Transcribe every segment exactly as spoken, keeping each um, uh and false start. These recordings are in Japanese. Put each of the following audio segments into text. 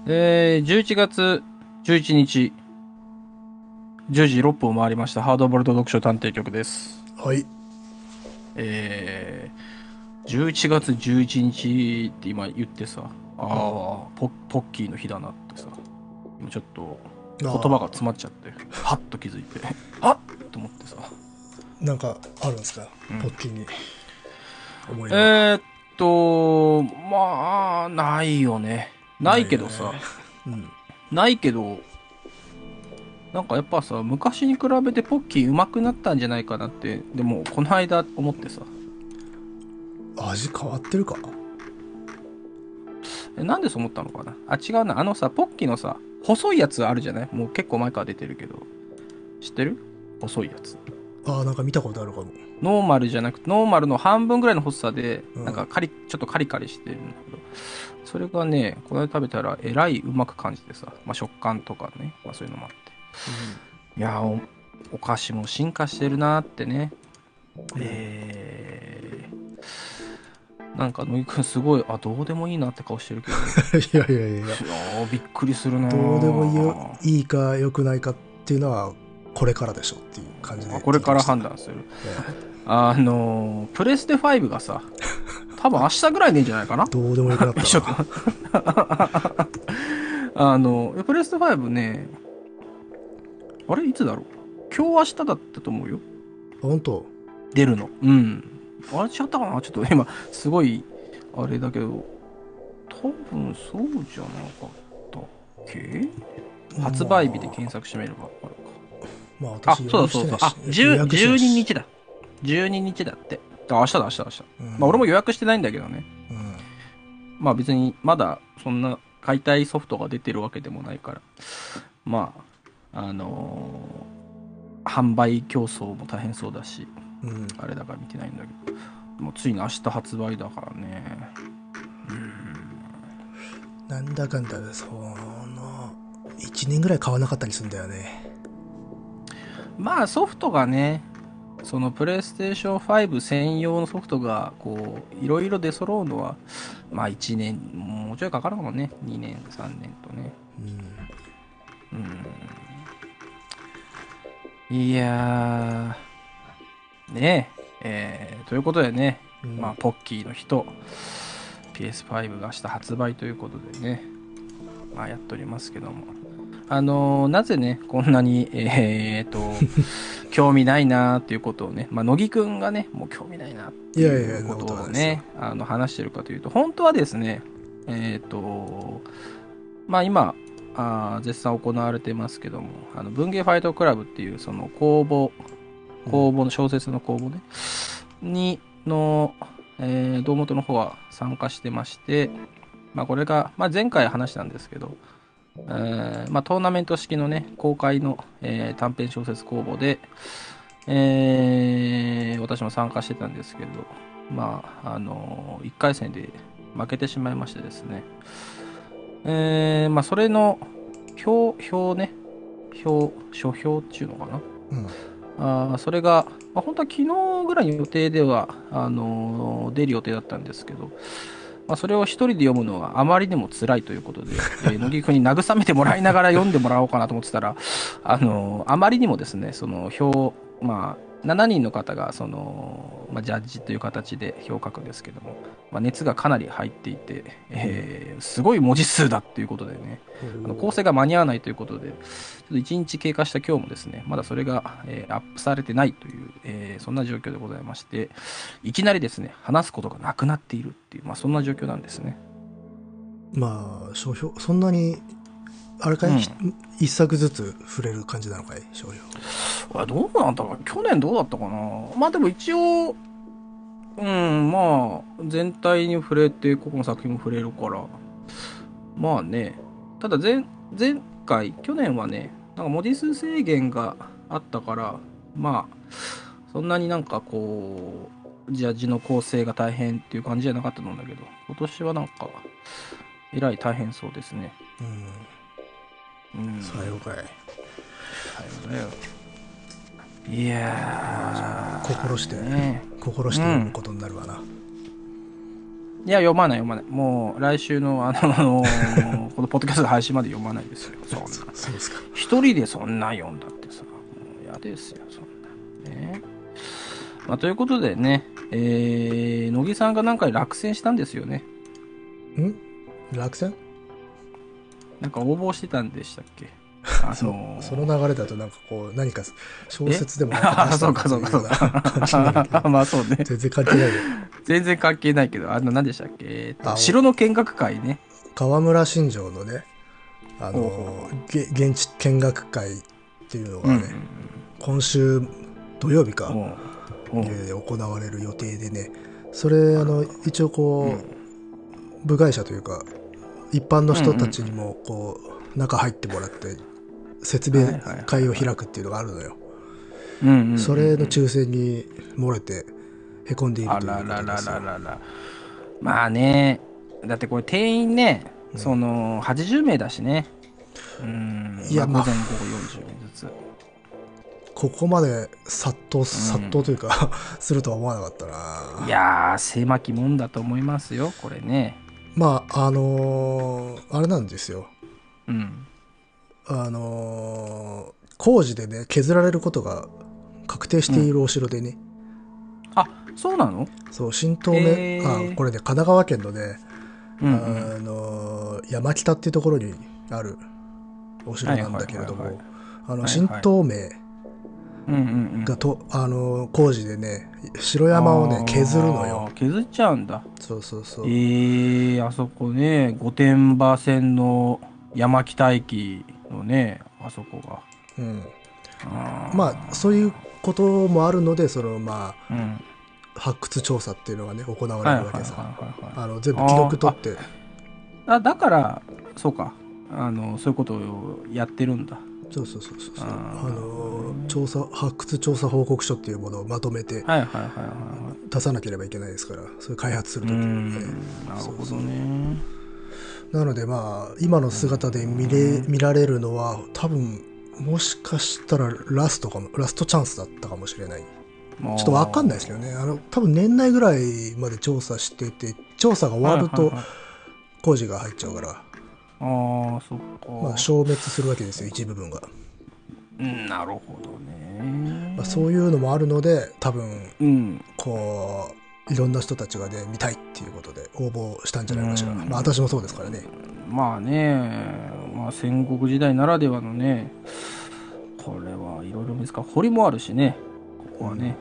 えー、じゅういちがつじゅういちにち、じゅうじろっぷんを回りました。ハードボルト読書探偵局です。 はい。 えー、じゅういちがつじゅういちにちって今言ってさ、あうん。 あ、ポポッキーの日だなってさ、今ちょっと言葉があ詰まっちゃって、はっと気づいて、はっと思ってさ。 あ、なんかあるんですか、 うん。 ポッキーに思い出は。 えーっと、まあ、ないよね。ないないよね。 けどさ、 うん。 ないけど、なんかやっぱさ、昔に比べてポッキー上手くなったんじゃないかなって、でもこの間思ってさ、 味変わってるか。 え、なんでそう思ったのかな。あ、違うな。あのさ、ポッキーのさ、細いやつあるじゃない。もう結構前から出てるけど。知ってる？細いやつ。 ああ、なんか見たことあるかも。 ノーマルじゃなくて、ノーマルの半分ぐらいの細さで、 うん。 なんかカリ、ちょっとカリカリしてるんだけど、それがね、この間食べたらえらいうまく感じてさ、まあ食感とかね、まあそういうのもあって。 うん。 いやー、お、お菓子も進化してるなーってね。 うん。 えー、なんか、乃木くんすごい、あ、どうでもいいなって顔してるけど、 いやいやいやいや、 いやー、びっくりするなどうでもいいよ、 ー。 いいか良くないかっていうのはこれからでしょっていう感じあ、 でこれから聞いてました。 判断する。 ええ、 あのー、プレステファイブがさ、多分明日ぐらいでいいんじゃないかな。 どうでもよくなったちょっとな。 あの、プレステファイブね、あれいつだろう。今日明日だったと思うよ。 本当。 出るの。うん。あれ違ったかなちょっと今、すごい、あれだけど、多分そうじゃなかったっけ。発売日でまあ検索してみればわかるか。あ、 まあ私予そうだそうだそうだ。 約してないしあ、じゅう、 予約してない 12 し。 日だ。じゅうににちだって。あ、明日だ、明日だ、明日。 うん。 まあ俺も予約してないんだけどね。 うん。 まあ別にまだそんな解体ソフトが出てるわけでもないから。まあ、あのー販売競争も大変そうだし、 うん。 あれだから見てないんだけど。もうついに明日発売だからね。 なんだかんだでそのいちねんぐらい買わなかったりするんだよね。 まあソフトがね、そのプレイステーションファイブ専用のソフトがこういろいろ出揃うのはまあいちねんもうちょいかかるかもね。にねんさんねんとね。 うん。 いやーねええーということでね、 うん。 まあポッキーの日と ピーエスファイブ が明日発売ということでね、まあやっておりますけども、あのーなぜねこんなにえーと興味ないなーっていうことをね、まあ乃木くんがねもう興味ないなっいてやいや、そんないうことことはないですよ。 をねあの話してるかというと、本当はですね、えーとまあ今あ絶賛行われてますけども、あの文芸ファイトクラブっていうその公募うん。 公募の小説の公募ねにの、えー、胴元の方は参加してまして、まあ、これが、まあ、前回話したんですけど、えーまあ、トーナメント式のね公開の、えー短編小説公募で、えー私も参加してたんですけど、まああのいっかい戦で負けてしまいましてですね、えーまあ、それの表表ね表書評っていうのかな。 うん。 あーそれが、まあ、本当は昨日ぐらいの予定ではあのー出る予定だったんですけど、まあ、それを一人で読むのはあまりにも辛いということで、えー、乃木くんに慰めてもらいながら読んでもらおうかなと思ってたら、あのーあまりにもですね、その表、まあ、しちにんの方がその、まあ、ジャッジという形で表を書くんですけども、まあ、熱がかなり入っていて、 うん。 えーすごい文字数だっていうことでね、 おあの構お。 成が間に合わないということで、ちょっといちにち経過した今日もですね、まだそれが、えーアップされてないという、えーそんな状況でございまして、いきなりですね、話すことがなくなっているっていう、まあそんな状況なんですね。 まあ商標そんなにあれかい、 うん。 ひ一作ずつ触れる感じなのかい、商標。 あ、どうなんだか、去年どうだったかな。まあでも一応、うん、まあ、全体に触れて、個々の作品も触れるから、まあね、ただ前、前回、去年はね、なんか文字数制限があったから、まあ、そんなになんかこう、ジャッジの構成が大変っていう感じじゃなかったんだけど、今年はなんか、えらい大変そうですね。 うん。 うん、 さようかい。 さようだよ。いまあじゃあ心やー、 してね心して読むうん。 ことになるわな。 いや、読まない読まない。もう来週のあのーこのポッドキャストの配信まで読まないですよ。そんな。 そうですか。 一人でそんな読んだってさ、もう嫌ですよ、そんな。ね。まあ、ということでね、えー、乃木さんがなんか落選したんですよね。 ん落選なんか応募してたんでしたっけ？あのー、 その流れだとなんかこう、何か小説でもなんああ、 か出したそうかそうかそうような感じになるけか。 どまあそうね。 全然関係ないよ。 全然関係ないけど、あの、何でしたっけ？えーと、 あ城の見学会ね。 河村新庄のね、あほうほの、げ現地見学会っていうのがね、 うんうん今週土曜日か、 うん。おうおうで行われる予定でね、それ、あの、一応こう、部外者というか、一般の人たちにもこう、中入ってもらって、説明会を開くっていうのがあるのよ。 うんうんうんうん。 それの抽選に漏れて、へこんでいるあというこらららとですよ。 ららら。まあね、だってこれ定員ね、 うんその、はちじゅうめいだしね。うん。 いやまあ、午前まあ午後よんじゅうめいずつ。 ここまで殺到、殺到というか、するとは思わなかったな。 いやー、狭きもんだと思いますよ、これね。 まあ、あのーあれなんですよ。 うん。 あのー工事でね、削られることが確定しているお城でね、 あ、そうなの？ そう、新東へ名、 ーあ、これね、神奈川県のね、 うんうん。 あのー山北っていうところにあるお城なんだけれどはいはいはいも、あの、 はい新東名うんうんうん。 がと、あのー工事でね、城山をね、削るのよあ。ー削っちゃうんだ。 そうそうそえう。 ー、あそこね、御殿場線の山北駅のね、あそこが。 うん。 あまあ、そういうこともあるので、その、まーうんあ、発掘調査っていうのがね、行わはいはいはいれるわけさ。 はいはい。 あの、全部記録取って、 あ、だから、そうか。あの、そういうことをやってるんだ。 そうそうそうそうそう。 あーあの、調査、発掘調査報告書っていうものをまとめてはいはいはいはいは出さなければいけないですから、そういう開発するい。うーときにね。 ん、なるほどそうそうね。 なのでまあ、今の姿で見れ、見られるのは、多分、もしかしたらラストかも、ラストチャンスだったかもしれない。 ちょちょっとわかんないですけどね。あの、多分年内ぐらいまで調査してて、調査が終わるとはいはいはい、 工事が入っちゃうから、 ああ、そっか。 まあ消滅するわけですよ、一部分が。 うん、なるほどね。 まあ、そういうのもあるので、多分、 うん。 こう、いろんな人たちがね、見たいっていうことで応募したんじゃないかしら。 うんまあ私もそうですからね。 まあね、まあ戦国時代ならではのね、これはいろいろ見つかる。堀もあるしね、ここはね。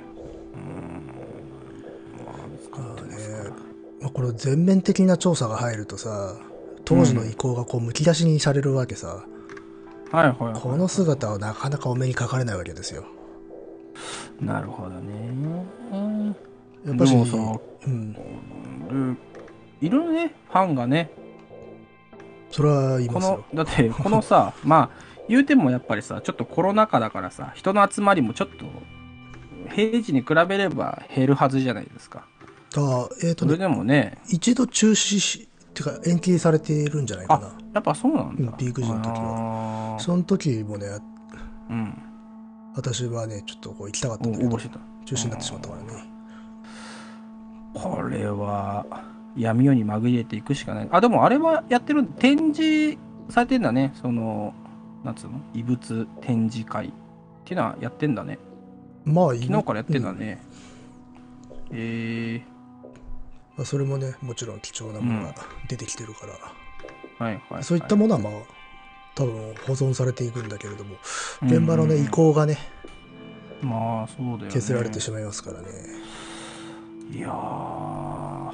うん。まあ見つかってますから。 まあ、これ全面的な調査が入るとさ、当時の意向がこうむき出しにされるわけさ、 はいはいはい。 この姿はなかなかお目にかかれないわけですよ。 なるほどね。 やっぱし、 でもさ、 うん、 うんいるね、ファンがね。 それは言いこますよ。 の、だってこのさ、まあ、言うてもやっぱりさ、ちょっとコロナ禍だからさ、人の集まりもちょっと、平時に比べれば減るはずじゃないですか。 ああ、えっ、とそれね、 でもね、 一度中止し、ってか延期されているんじゃないかあな。、 やっぱそうなんだ。 うんピーク時の時はその時もね、 うん。 私はね、ちょっとこう行きたかったおんだけど、 応募してた。 中止になってしまったからね。 これは、闇夜に紛れていくしかない。あ、でもあれはやってる、展示されてんだね。その、なんつうの異物展示会っていうのはやってんだね。 まあ、 昨日からやってんだね。うん、えまあ、それもね、もちろん貴重なものが出てきてるから、 ー、はいはい、はい。 そういったものはまあ、多分保存されていくんだけれども、 うん現場のね、意向がね、 まあ、そうだよね。 削られてしまいますからね。 いやー、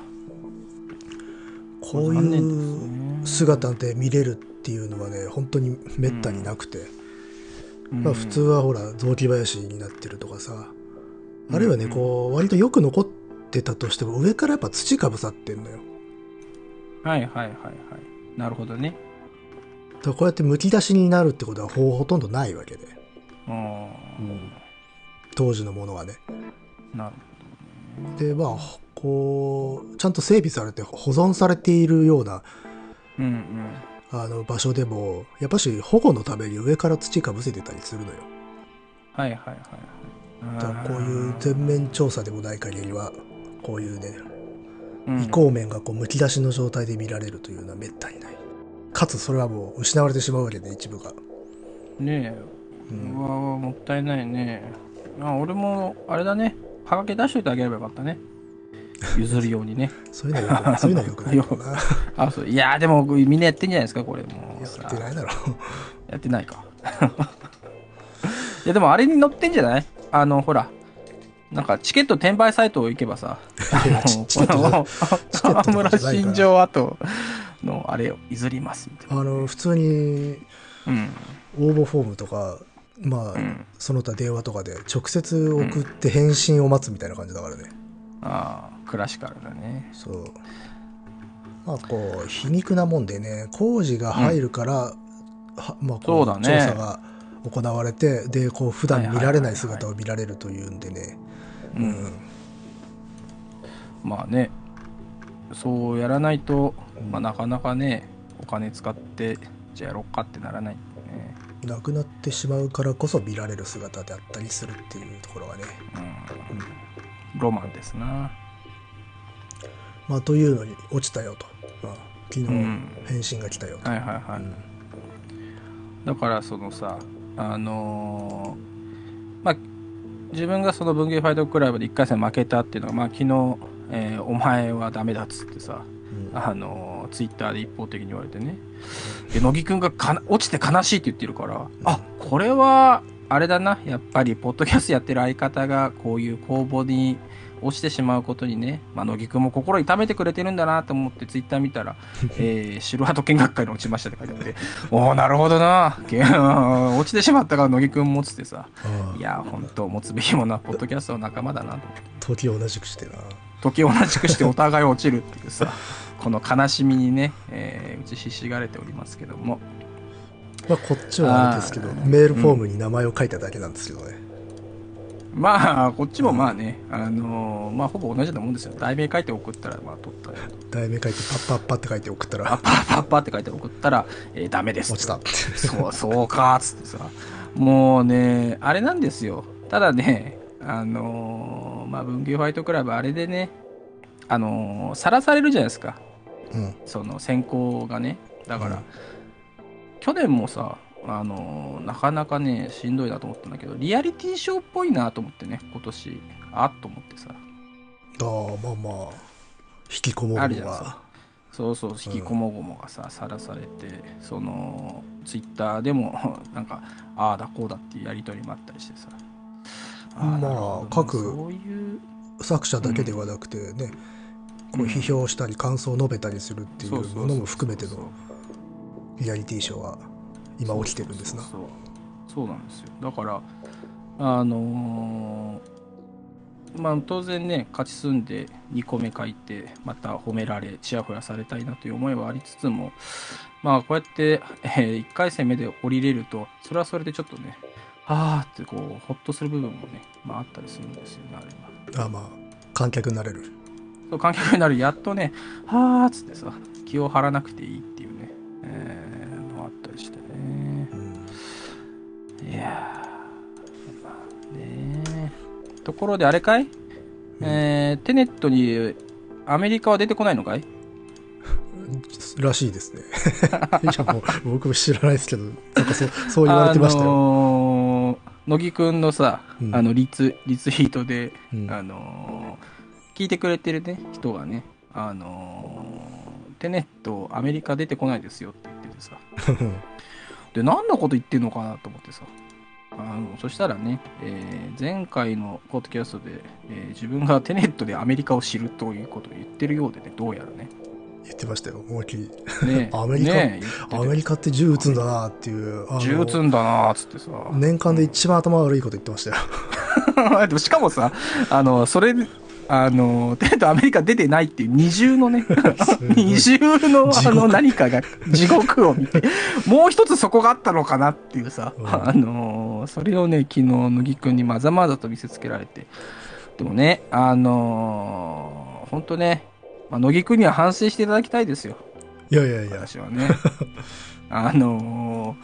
こう残念いうですね姿で見れるっていうのはね、本当にめったになくて、 うんまあ普通はほら、雑木林になってるとかさ、あるいはね、 うんこう、割とよく残ってたとしても、上からやっぱ土かぶさってんのよ。 はいはいはいはい。なるほどね。 だからこうやってむき出しになるってことはほほとんどないわけで。 あうん当時のものはね。 あ、なるで、まあ、こう、ちゃんと整備されて保存されているような、 うんうん。 あの、場所でも、やっぱし保護のために上から土かぶせてたりするのよ。 はいはいはいはい。 だからこういう全面調査でもない限りは、こういうね、 移行面がこうむき出しの状態で見られるというのはめったにない。かつそれはもう失われてしまうわけで、一部が。 ねえ、 ううんわもったいないね。あ俺もあれだね、はがき出しといてあげればよかったね、譲るようにね。 そういうのはよくそういうのはよくないかな。 あそういやでもみんなやってんじゃないですかこれ。もうやさってないだろやってないかいやでもあれに載ってんじゃない、あのほらなんかチケット転売サイト行けばさ、 いやチチケットじゃチケッ河トと村かじゃないから新庄跡のあれを譲りますみたいな。 あの普通にうん応募フォームとか、まあ、 うんその他電話とかで直接送って返信を待つみたいな感じだからね。 ああクラシカルだね。 そうまあこう皮肉なもんでね、工事が入るから、はまあこそうだね調査が行われて、でこう普段見られない姿を見られるというんでね、 うん、まあねそうやらないと、まあ、なかなかねお金使ってじゃあやろっかってならないんでね。 なくなってしまうからこそ見られる姿であったりするっていうところがね、 うん、ロマンですな。 まあというのに落ちたよと、まあ、昨日うん返信が来たよと、 はいはいはい、 うんだからそのさあのーまあ自分がその文芸ファイトクラブでいっかい戦負けたっていうのがまあ昨日、えーお前はダメだっつってさ、 うんあのツイッターで一方的に言われてね、で乃木くんがかな落ちて悲しいって言ってるから、あこれはあれだな、やっぱりポッドキャストやってる相方がこういう公募に落ちてしまうことにね、まあ、乃木くんも心痛めてくれてるんだなと思ってツイッター見たら、えー、白鳩見学会に落ちましたって書いてあっておおなるほどなけ落ちてしまったから乃木くんもつってさ、 ああいや本当持つべきものはポッドキャストの仲間だなと思って、 時を同じくしてな。 時を同じくしてお互い落ちるっていうさこの悲しみにね、えー、打ちひしがれておりますけども、 まあこっちはあれですけど、メールフォームに名前を書いただけなんですけどね、 うん、まあこっちもまあね、あのー、まあほぼ同じだと思うんですよ。題名書いて送ったらまあ取ったよ、 題名書いてパッパッパって書いて送ったらパッパッパッパって書いて送ったら、えー、ダメです落ちたそうそうかっつってさ、もうねあれなんですよ。ただねあのー、まあ文芸ファイトクラブあれでね、あのさらされるじゃないですか、 うん、 その選考がね。だから、 うん、 去年もさあのなかなかねしんどいなと思ったんだけど、リアリティショーっぽいなと思ってね今年あっと思ってさ、 ああまあまあ引きこもるのはそうそう引きこもごもがささらされて、そのツイッターでもなんかああだこうだっていうやり取りもあったりしてさ、 まあ各そういう作者だけではなくてね、こう批評したり感想を述べたりするっていうものも含めてのリアリティショーは今起きてるんですな。 そうそうそうそうなんですよ。だからあのー、まあ当然ね勝ち進んでにこめ書いてまた褒められちやほやされたいなという思いはありつつも、まあこうやって、えー、いっかい戦目で降りれるとそれはそれでちょっとねはあってこうホッとする部分もね、まあ、あったりするんですよねあれは。 ああまあ観客になれる。 そう観客になるやっとねはあっつってさ気を張らなくていいっていうね、えー、のあったりしてね、うん、いやーまあねところであれかい、うん、えー、テネットにアメリカは出てこないのかいらしいですねいやもう僕も知らないですけどなんかそそう言われてましたよ、あのー、乃木くんのさ、うん、あのリツリツイートで、 うん、 あのー、聞いてくれてるね人がね、あのー、テネットアメリカ出てこないですよって言っててさで何のこと言ってんのかなと思ってさ、あのそしたらね、えー、前回のポッドキャストで、えー、自分がテネットでアメリカを知るということを言ってるようでね、どうやらね言ってましたよ思いっきり、 ね、 アメリカ、 ね、 アメリカって銃撃つんだなっていう、 銃撃つんだなっつってさ年間で一番頭悪いこと言ってましたよでもしかもさあのそれあのテネットアメリカ出てないっていう二重のね二重のあの何かが地獄を見てもう一つそこがあったのかなっていうさ、うん、あのそれをね昨日乃木くんにまざまざと見せつけられて、でもねあの本当ね、まあ、乃木くんには反省していただきたいですよ。 いやいやいや私はねあの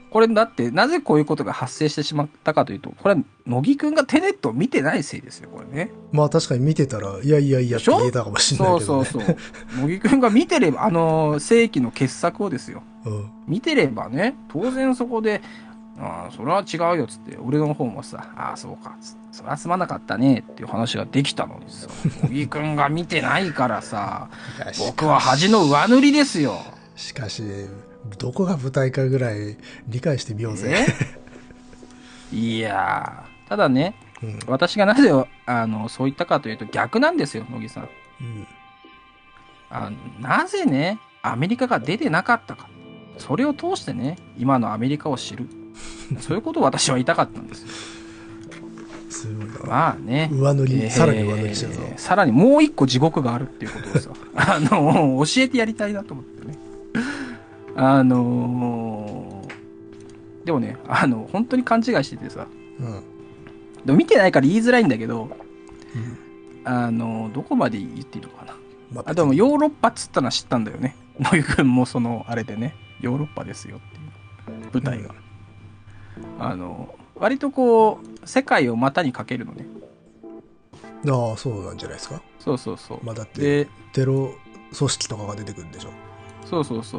これだって、なぜこういうことが発生してしまったかというと、これは乃木くんがテネットを見てないせいですよ、これね。 まあ確かに見てたら、いやいやいやって言えたかもしれないけど、ね。 そうそうそう。乃木くんが見てれば、あのー、世紀の傑作をですよ。 うん、 見てればね、当然そこで、ああ、それは違うよ、つって、俺の方もさ、ああ、そうか、つって、それはすまなかったね、っていう話ができたのにさ、乃木くんが見てないからさ、僕は恥の上塗りですよ。 しかし、どこが舞台かぐらい理解してみようぜ。 いやー、ただね、 うん、 私がなぜあのそう言ったかというと逆なんですよ、乃木さん。 うん、 あなぜね、アメリカが出てなかったか。それを通してね、今のアメリカを知る。そういうことを私は言いたかったんですよ。 すごいな。 まあね。 上塗り、 えー、 さらに上塗りしてるぞ。 さらにもう一個地獄があるっていうことをさ、あの、教えてやりたいなと思ってね。あのー、でもね、あの、本当に勘違いしててさ、 うん、 でも見てないから言いづらいんだけど、 うん、 あの、どこまで言っていいのかな。 まあ、 あ、でもヨーロッパっつったのは知ったんだよね。乃木くんもその、あれでね、ヨーロッパですよっていう舞台が。うん、あの、割とこう、世界を股にかけるのね。 ああ、そうなんじゃないですか。 そうそうそう。 まあだって、 で、 テロ組織とかが出てくるんでしょ。 そうそうそう。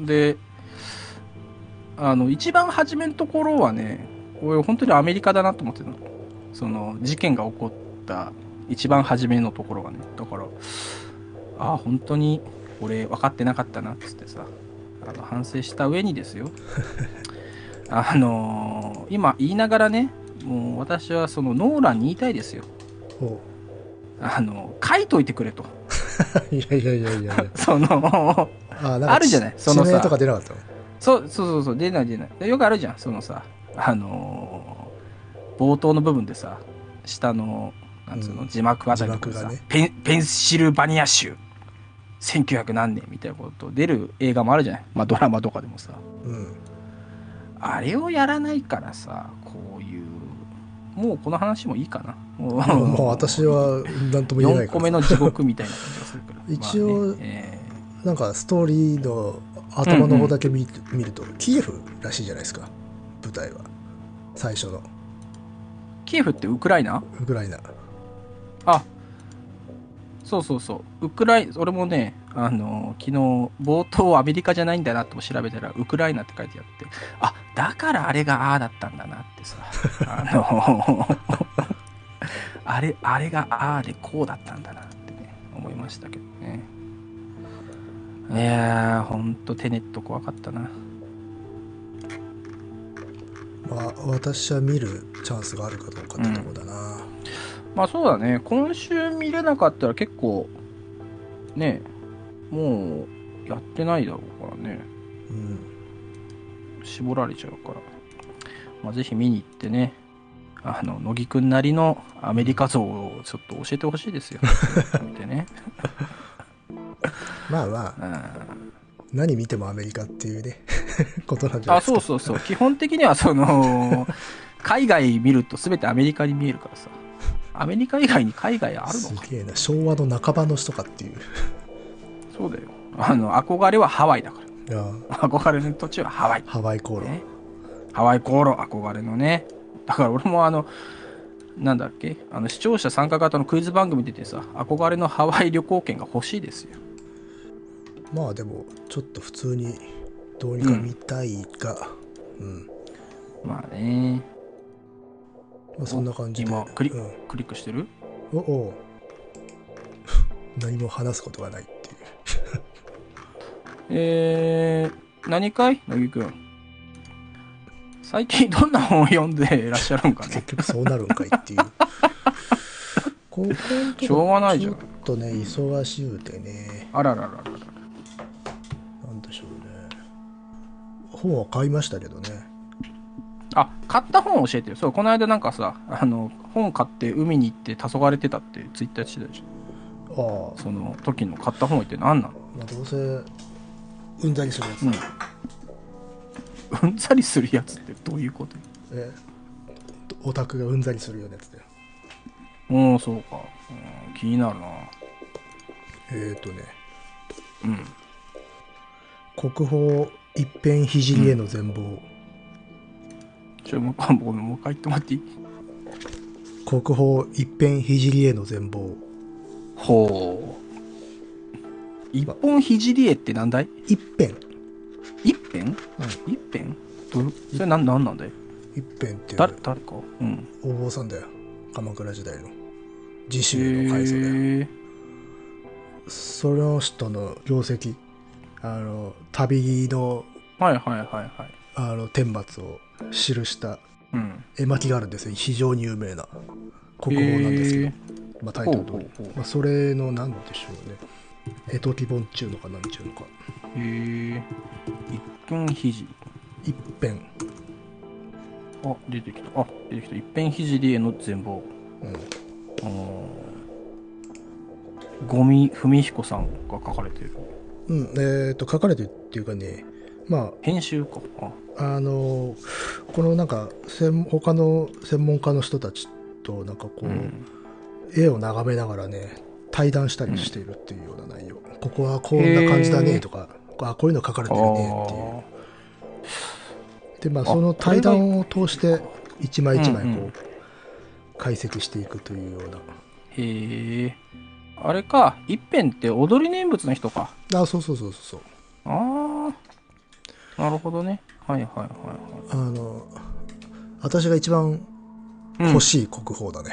で、あの、一番初めのところはね、俺本当にアメリカだなと思ってたの。その、事件が起こった一番初めのところがね。だから、ああ、本当に俺分かってなかったなっつってさ、あの反省した上にですよ。あのー、今言いながらね、もう私はそのノーランに言いたいですよ。あの、書いといてくれと。 いやいやいやいやその、 あ, あるじゃない。そのさ、 地名とか出なかったの？ そうそうそうそう、出ない出ない。よくあるじゃん。そのさ、あのー、冒頭の部分でさ、下の、なんつうの、うん、字幕あたりとかさ、ね、ペン、ペンシルバニア州、せんきゅうひゃく何年みたいなこと出る映画もあるじゃない。まあドラマとかでもさ。うん。あれをやらないからさ、こういう、もうこの話もいいかな。もう、まあ、 私は何とも言えないから。 よんこめの地獄みたいな感じがするから。 一応、 まあねえー、なんかストーリーの頭の方だけ見、うんうん、見ると、キエフらしいじゃないですか、舞台は。最初の。 キエフってウクライナ？ ウクライナ。 あ、そうそうそう。ウクライナ、俺もね、あの、昨日、冒頭アメリカじゃないんだなと調べたら、ウクライナって書いてあって、あ、だからあれがああだったんだなってさ、あの、あれ、あれがああでこうだったんだなってね、思いましたけどね。いやー、ほんとテネット怖かったな。 まあ、私は見るチャンスがあるかどうかってとこだな。うん、 まあそうだね、今週見れなかったら結構、ね、もうやってないだろうからね。うん。絞られちゃうから。まあぜひ見に行ってね、あの、乃木くんなりのアメリカ像をちょっと教えてほしいですよ。見てね。 まあまあ、うん、何見てもアメリカっていうね、ことなんじゃないですか。 あ、そうそうそう。基本的にはその、海外見ると全てアメリカに見えるからさ。アメリカ以外に海外あるのか。 すげえな、昭和の半ばの人かっていう。 そうだよ。あの、憧れはハワイだから。 いや憧れの土地はハワイ。 ハワイ航路、 ね。ハワイ航路、憧れのね。だから俺もあの、なんだっけ、あの視聴者参加型のクイズ番組出てさ、憧れのハワイ旅行券が欲しいですよ。 まあでも、ちょっと普通にどうにか見たいが、うん。うん、 まあね。 まあそんな感じで。 今クリ、うん、クリックしてる？ おお。何も話すことがないっていう。 えー、何かい乃木くん。最近どんな本を読んでいらっしゃるんかね。 結局そうなるんかいっていう。ここしょうがないじゃん。 ちょっとね、忙しゅうてね。 あららららら。 なんでしょうね。本は買いましたけどね。 あ、買った本教えてよ。そう、この間なんかさ、あの、本買って海に行って黄昏れてたってツイッターしてたでしょ。ああ。その時の買った本って何なの？ まあどうせ、うんざりするやつ、 うん、うんざりするやつってどういうこと？ え、オタクがうんざりするようなやつだよ。 うん、そうか。うん、気になるな。 えーとね。 うん。 国宝一辺聖への全貌。 ちょ、もう一回、もうもう一回言ってもらっていい？ 国宝一辺聖への全貌。 ほう。一本聖絵ってなんだい？ 一辺。 一辺？ うん。 一辺？どうそれなん、なんなんだい？ 一辺っていう誰、誰か？うん。 お坊さんだよ。鎌倉時代の。自宗の開祖だよ。 へー。 その人の業績、あの、旅の、 はいはいはいはい。 あの、顛末を記したうん。 絵巻があるんですよ。非常に有名な国宝なんですけど、 へーまあ、タイトル通り、 ほうほうほうまあ、それの何でしょうね。絵解き本っちゅうのかなんちゅうのか。 へー。一辺聖。 一辺。 あ、出てきた。あ、出てきた。一辺聖絵の全貌。 うん。 あーゴミ文彦さんが書かれてる。 うん、えっ、と、書かれてるっていうかね、ま編集か。あ、 あ、あの、このなんか、専他の専門家の人たちと、なんかこう、 うん。 絵を眺めながらね、対談したりしているっていうような内容。ここはこんな感じだねとか、あ、こういうの書かれてるねっていう。で、まあ、 あその対談を通してこれが、 一枚一枚こう、 うんうん、 解析していくというような。 へえ。あれか、一辺って踊り念仏の人か。 あ、そうそうそうそう。 ああ、なるほどね。はいはいはいはい。 あの、私が一番欲しい国宝だね。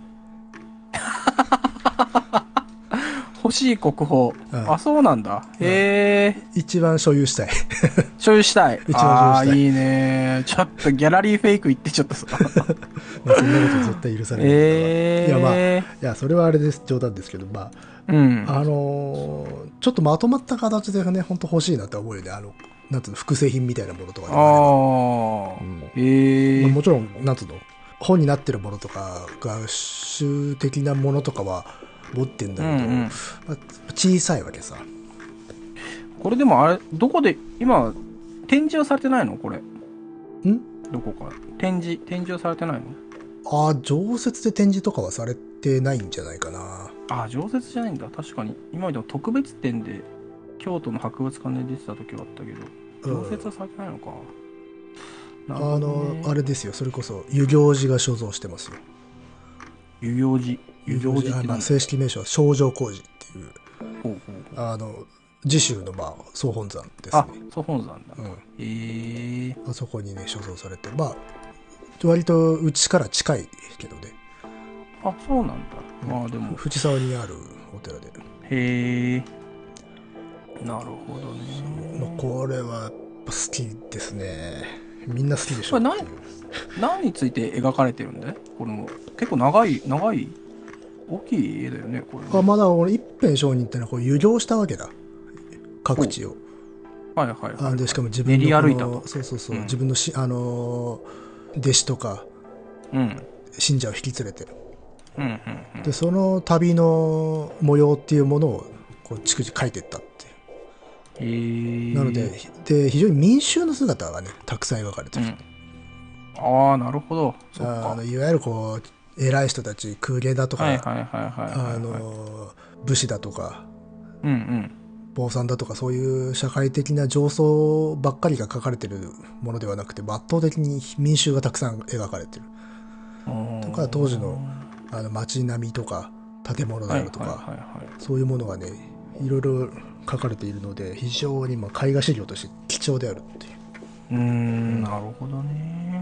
欲しい国宝。 うん、 あ、そうなんだ。へえ。 一番所有したい。 所有したい。 一番ああ、 所有したい。 いいね。ちょっとギャラリーフェイク言ってちょっとさ。 まあそんなこと絶対許されないんだが。 えー、 いやまあ、いや、それはあれです。冗談ですけど、まうん。 あ、あのーちょっとまとまった形でね、本当欲しいなって思うよね。あの、なんつうの、複製品みたいなものとかでもあれば。 ああ、 うんへえ、 まあ、もちろん、なんつうの、本になってるものとか、学習的なものとかは持ってんだけど、 うんうん。 まあ、小さいわけさ。 これでもあれ、どこで、今、展示はされてないのこれ。 んどこか。展示、展示はされてないの？ ああ、常設で展示とかはされてないんじゃないかな。 ああ、常設じゃないんだ。確かに。今までも特別展で、京都の博物館で出てた時はあったけど、常設はされてないのか。なるあほどね。 の、あれですよ、それこそ、遊行寺が所蔵してますよ。 遊行寺。遊行寺ってまあ、 何だ？ 正式名称は正常光寺っていう、 ほうほうほう。 あの、次州の、まあ、総本山ですあ、 ね。 そう本山だ。 うん。 へえ。 あそこにね、所蔵されて、まあ、割とうちから近いけどね。 あ、そうなんだ。 うんまあでも。 藤沢にあるお寺で。 へえ。なるほどね。 まあ、これはやっぱ好きですね。みんな好きでしょこれっていう。 何、何について描かれてるんだい？この、結構長い、長い、大きい絵だよね、これね。 あ、まだ俺一辺上人ってのはこう遊行したわけだ。各地を。 はいはいはい、はい。 あでしかも自分の練りこ歩いたと。 のそうそうそう、 うん、 自分のし、あのー弟子とかうん。 信者を引き連れて、 うん、うん、うん。 でその旅の模様っていうものをこう逐次書いていったっていう。 へえ。 なのでで非常に民衆の姿がねたくさん描かれてる。 うん、ああ、なるほど。そっか。 あのいわゆるこう偉い人たち公家だとか、 はいはいはいはいはい、 あの武士だとかうんうん。 坊さんだとかそういう社会的な上層ばっかりが書かれてるものではなくて、圧倒的に民衆がたくさん描かれてるとか、当時のあの街並みとか建物であるとか、 はいはいはいはい、 そういうものがねいろいろ書かれているので、非常にまあ絵画資料として貴重であるっていう。 うーん、なるほどね。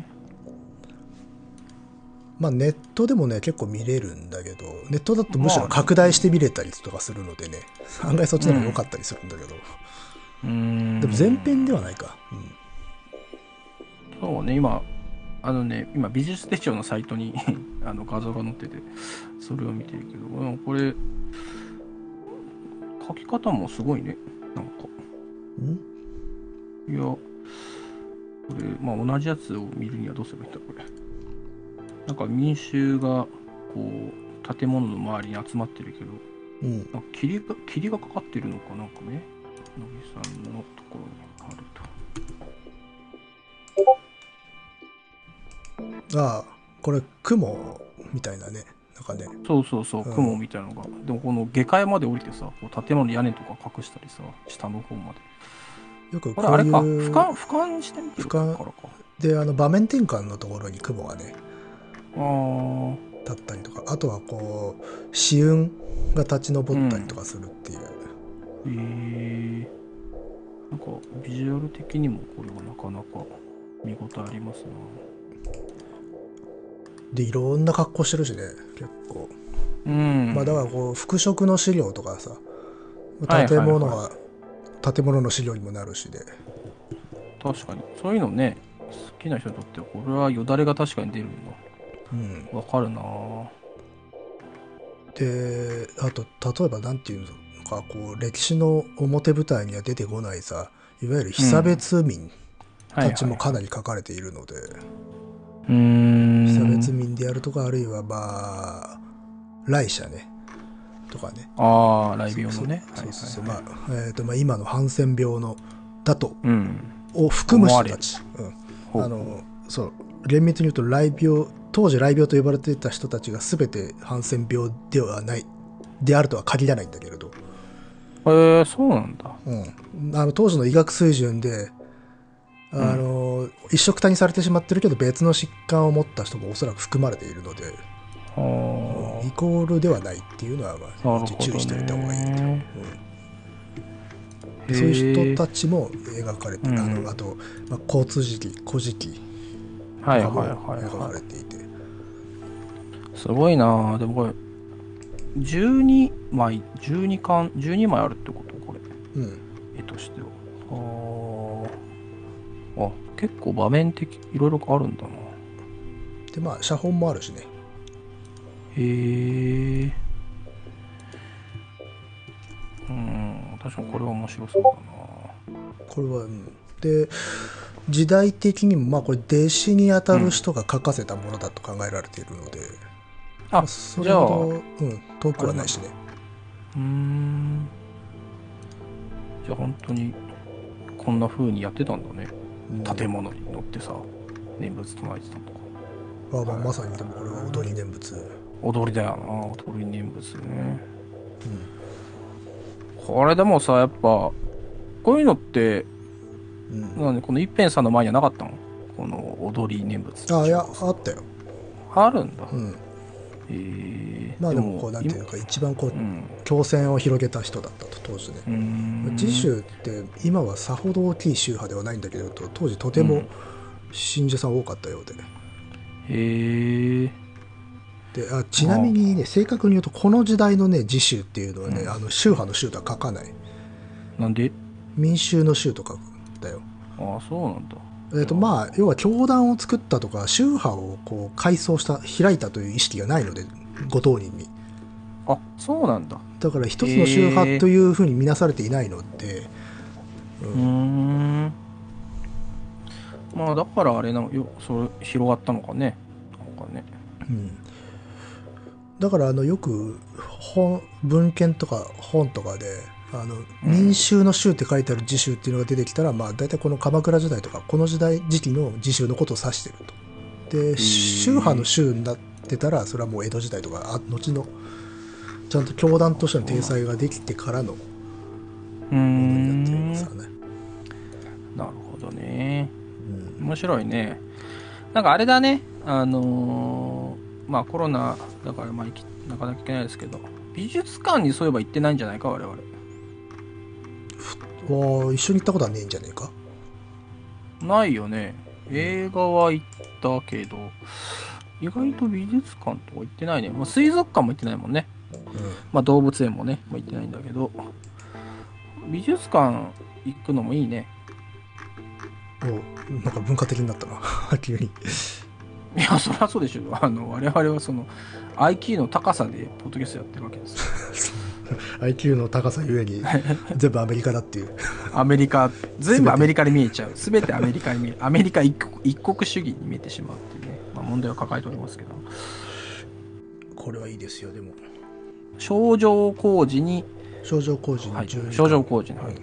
まあネットでもね結構見れるんだけど、ネットだとむしろ拡大して見れたりとかするのでね、案外そっちの方が良かったりするんだけど、 うーん、 でも前編ではないか、うん、 そうね、今あのね今美術手帳のサイトにあの画像が載っててそれを見てるけど、うん、これ書き方もすごいね。なんかんいやこれまあ同じやつを見るにはどうすればいいんだこれ。なんか民衆がこう建物の周りに集まってるけど、 うん、 なんか霧が霧がかかってるのかなんかね、野木さんのところにあると。ああ、これ雲みたいなね、なんかね。 そうそうそう、 うん、 雲みたいなのが。でもこの下界まで降りてさ、こう建物の屋根とか隠したりさ、下の方まで。 よくこれあれか、 こういう俯瞰、俯瞰してみてるからか。 で、あの場面転換のところに雲がね、 あー。 立ったりとか、あとはこう、紫雲が立ち上ったりとかするっていう。 うん、へえ。なんか、ビジュアル的にもこれはなかなか見応えありますな。 で、いろんな格好してるしね、結構。 うん。 まあだからこう、服飾の資料とかさ、 はいはいはい建物は、建物の資料にもなるしで。 確かに。そういうのね、好きな人にとっては、これはよだれが確かに出るんだ。 うん。 わかるなぁ。 で、あと、例えばなんていうのか、こう、歴史の表舞台には出てこないさ、いわゆる被差別民たちもかなり書かれているので、 うーん。 被差別民であるとか、あるいはまあ、来者ね、とかね。 ああ、雷病のね。 そうそうそう。まあ、えっと、まあ今のハンセン病の、だと、 うん。 を含む人たち。うん。あの、そう、厳密に言うと雷病、当時雷病と呼ばれていた人たちが全てハンセン病ではない、であるとは限らないんだけれど。 へえ、そうなんだ。 うん。あの、当時の医学水準で、あの、うん、一緒くたにされてしまってるけど別の疾患を持った人もおそらく含まれているので、うん、イコールではないっていうのは、まあ、注意しておいた方がいいと。うん、そういう人たちも描かれて、うん、あの、あと、まあ、交通事記、古事記とかも描かれていて。 すごいな。でもこれ、じゅうにまい、じゅうにかん、じゅうにまいあるってことこれ。 うん。 絵としては。ああ、結構場面的、いろいろあるんだな。 で、まあ、写本もあるしね。 へえ。うん、確かにこれは面白そうだな。 これは、うん。で、時代的にも、まあこれ弟子にあたる人が書かせたものだと考えられているので、うん、 あ、 それほど、うん、遠くはないしね。 うーん。じゃあ本当にこんな風にやってたんだね。うん、建物に乗ってさ、念仏唱えてたとか。 ああ、まあ、まさにでもこれは踊り念仏。 踊りだよな、踊り念仏ね。うん。これでもさ、やっぱ、こういうのって、うん、なんでこの一辺さんの前にはなかったの？この踊り念仏。 ああ、いや、あったよ。 あるんだ。 うん。 へえ。 まあでもこうなんていうのか一番こう、うん、強戦を広げた人だったと当時ね。自宗って今はさほど大きい宗派ではないんだけれど当時とても信者さん多かったようで。 へえ。 であちなみにね正確に言うとこの時代のね自宗っていうのはね、うん、あの宗派の宗とは書かない。 なんで？ 民衆の宗とかだよ。 ああそうなんだ。 えーとまあ、要は教団を作ったとか宗派をこう改装した開いたという意識がないのでご当人に。 あそうなんだ。 だから一つの宗派というふうに見なされていないので、 うん、うーんまあだからあれなのよそれ広がったのかね。なんかね。 うん。だからあのよく本文献とか本とかで。あの民衆の衆って書いてある自宗っていうのが出てきたら、まあ大体この鎌倉時代とかこの時代時期の自宗のことを指してると。で宗派の宗になってたらそれはもう江戸時代とかあ後のちゃんと教団としての体裁ができてからのものになっていますよね。 なるほどね、うん、面白いね。なんかあれだねあのー、まあコロナだからまあなかなか行けないですけど美術館にそういえば行ってないんじゃないか我々。 わ一緒に行ったことはねえんじゃねえか。 ないよね。映画は行ったけど意外と美術館とか行ってないね。まあ、水族館も行ってないもんね、うん、まあ動物園もね、まあ、行ってないんだけど美術館行くのもいいね。 おなんか文化的になったな急に。 いやそりゃそうでしょ。あの我々はその アイキュー の高さでポッドキャストやってるわけですアイキュー の高さゆえに全部アメリカだっていうアメリカ全部アメリカに見えちゃう。全てアメリカに見える。アメリカ一国、一国主義に見えてしまうっていうね、まあ、問題を抱えておりますけどこれはいいですよ。でも正常工事に正常工事に入る正常工事に入る、うん、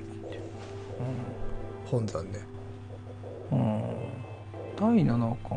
本山ね。 うんだいななかん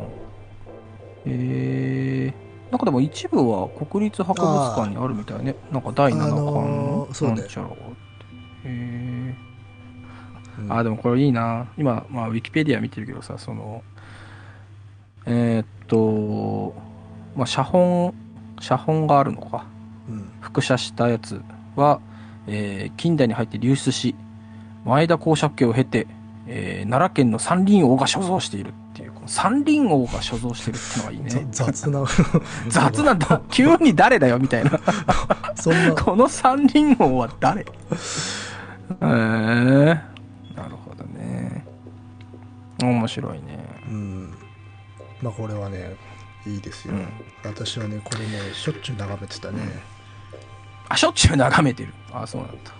えーなんかでも一部は国立博物館にあるみたいね。なんかだいななかんのなんちゃらがあって。へうん、 あ、でもこれいいな。今、まあ、ウィキペディア見てるけどさ、その、えーっと、まあ、写本、写本があるのか。 うん、 複写したやつは、えー近代に入って流出し、前田公爵家を経て、えー奈良県の山林王が所蔵しているっていう、この山林王が所蔵してるってのがいいざね。 雑な雑なんだ。急に誰だよみたいな。 そんなこの山林王は誰？えー、なるほどね。面白いね。 うん、まあこれはねいいですよ、 うん、 私はねこれねしょっちゅう眺めてたね、 あ、しょっちゅう眺めてる。あ、そうなんだ。 うん、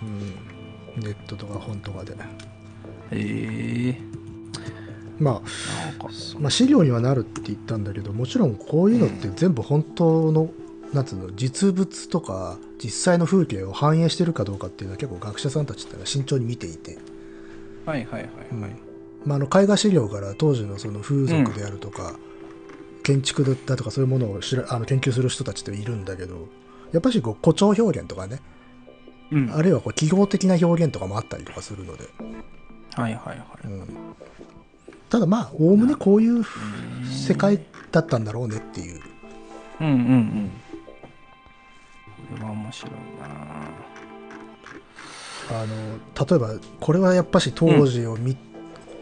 ネットとか本とかで、 えー、 まあ、 なんか、 まあ資料にはなるって言ったんだけど、もちろんこういうのって全部本当の、なんつうの、実物とか実際の風景を反映してるかどうかっていうのは結構学者さんたちってのは慎重に見ていて、 はいはいはいはい。 うん、まあ、あの絵画資料から当時のその風俗であるとか、うん、建築だとかそういうものを知らあの研究する人たちっているんだけど、やっぱりこう誇張表現とかね、 うん、 あるいはこう記号的な表現とかもあったりとかするので、 はいはいはい。 うん、ただまあおおむねこういう世界だったんだろうねっていう。 うんうんうん。これは面白いな。あの例えばこれはやっぱし当時を見、うん、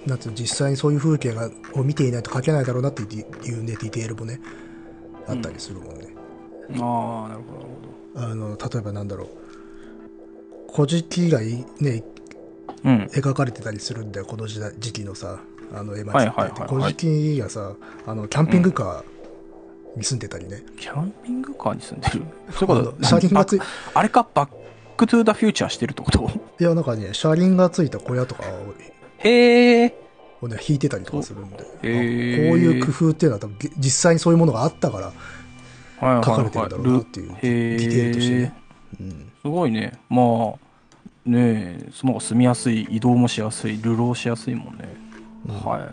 なんつう実際にそういう風景がを見ていないと描けないだろうなっていうねディテールもねあったりするもんね。 うん、ああなるほど。あの例えばなんだろう、古事記がね、うん、描かれてたりするんだよこの時代時期のさあの絵巻って、はいはいはいはい、古事記がさあのキャンピングカーに住んでたりね、うん、 キャンピングカーに住んでるそういうこと車輪がついあれかバックトゥーザフューチャーしてるってこと？ いやなんかね車輪がついた小屋とかをへえをね引いてたりとかするんで、 へこういう工夫っていうのは多分実際にそういうものがあったから書かれてるんだろうなっていう、はいはいはい、ディテールとしてね、 うん、すごいね。まあねえ、その方が住みやすい、移動もしやすい、流浪しやすいもんね。 うん、 はい。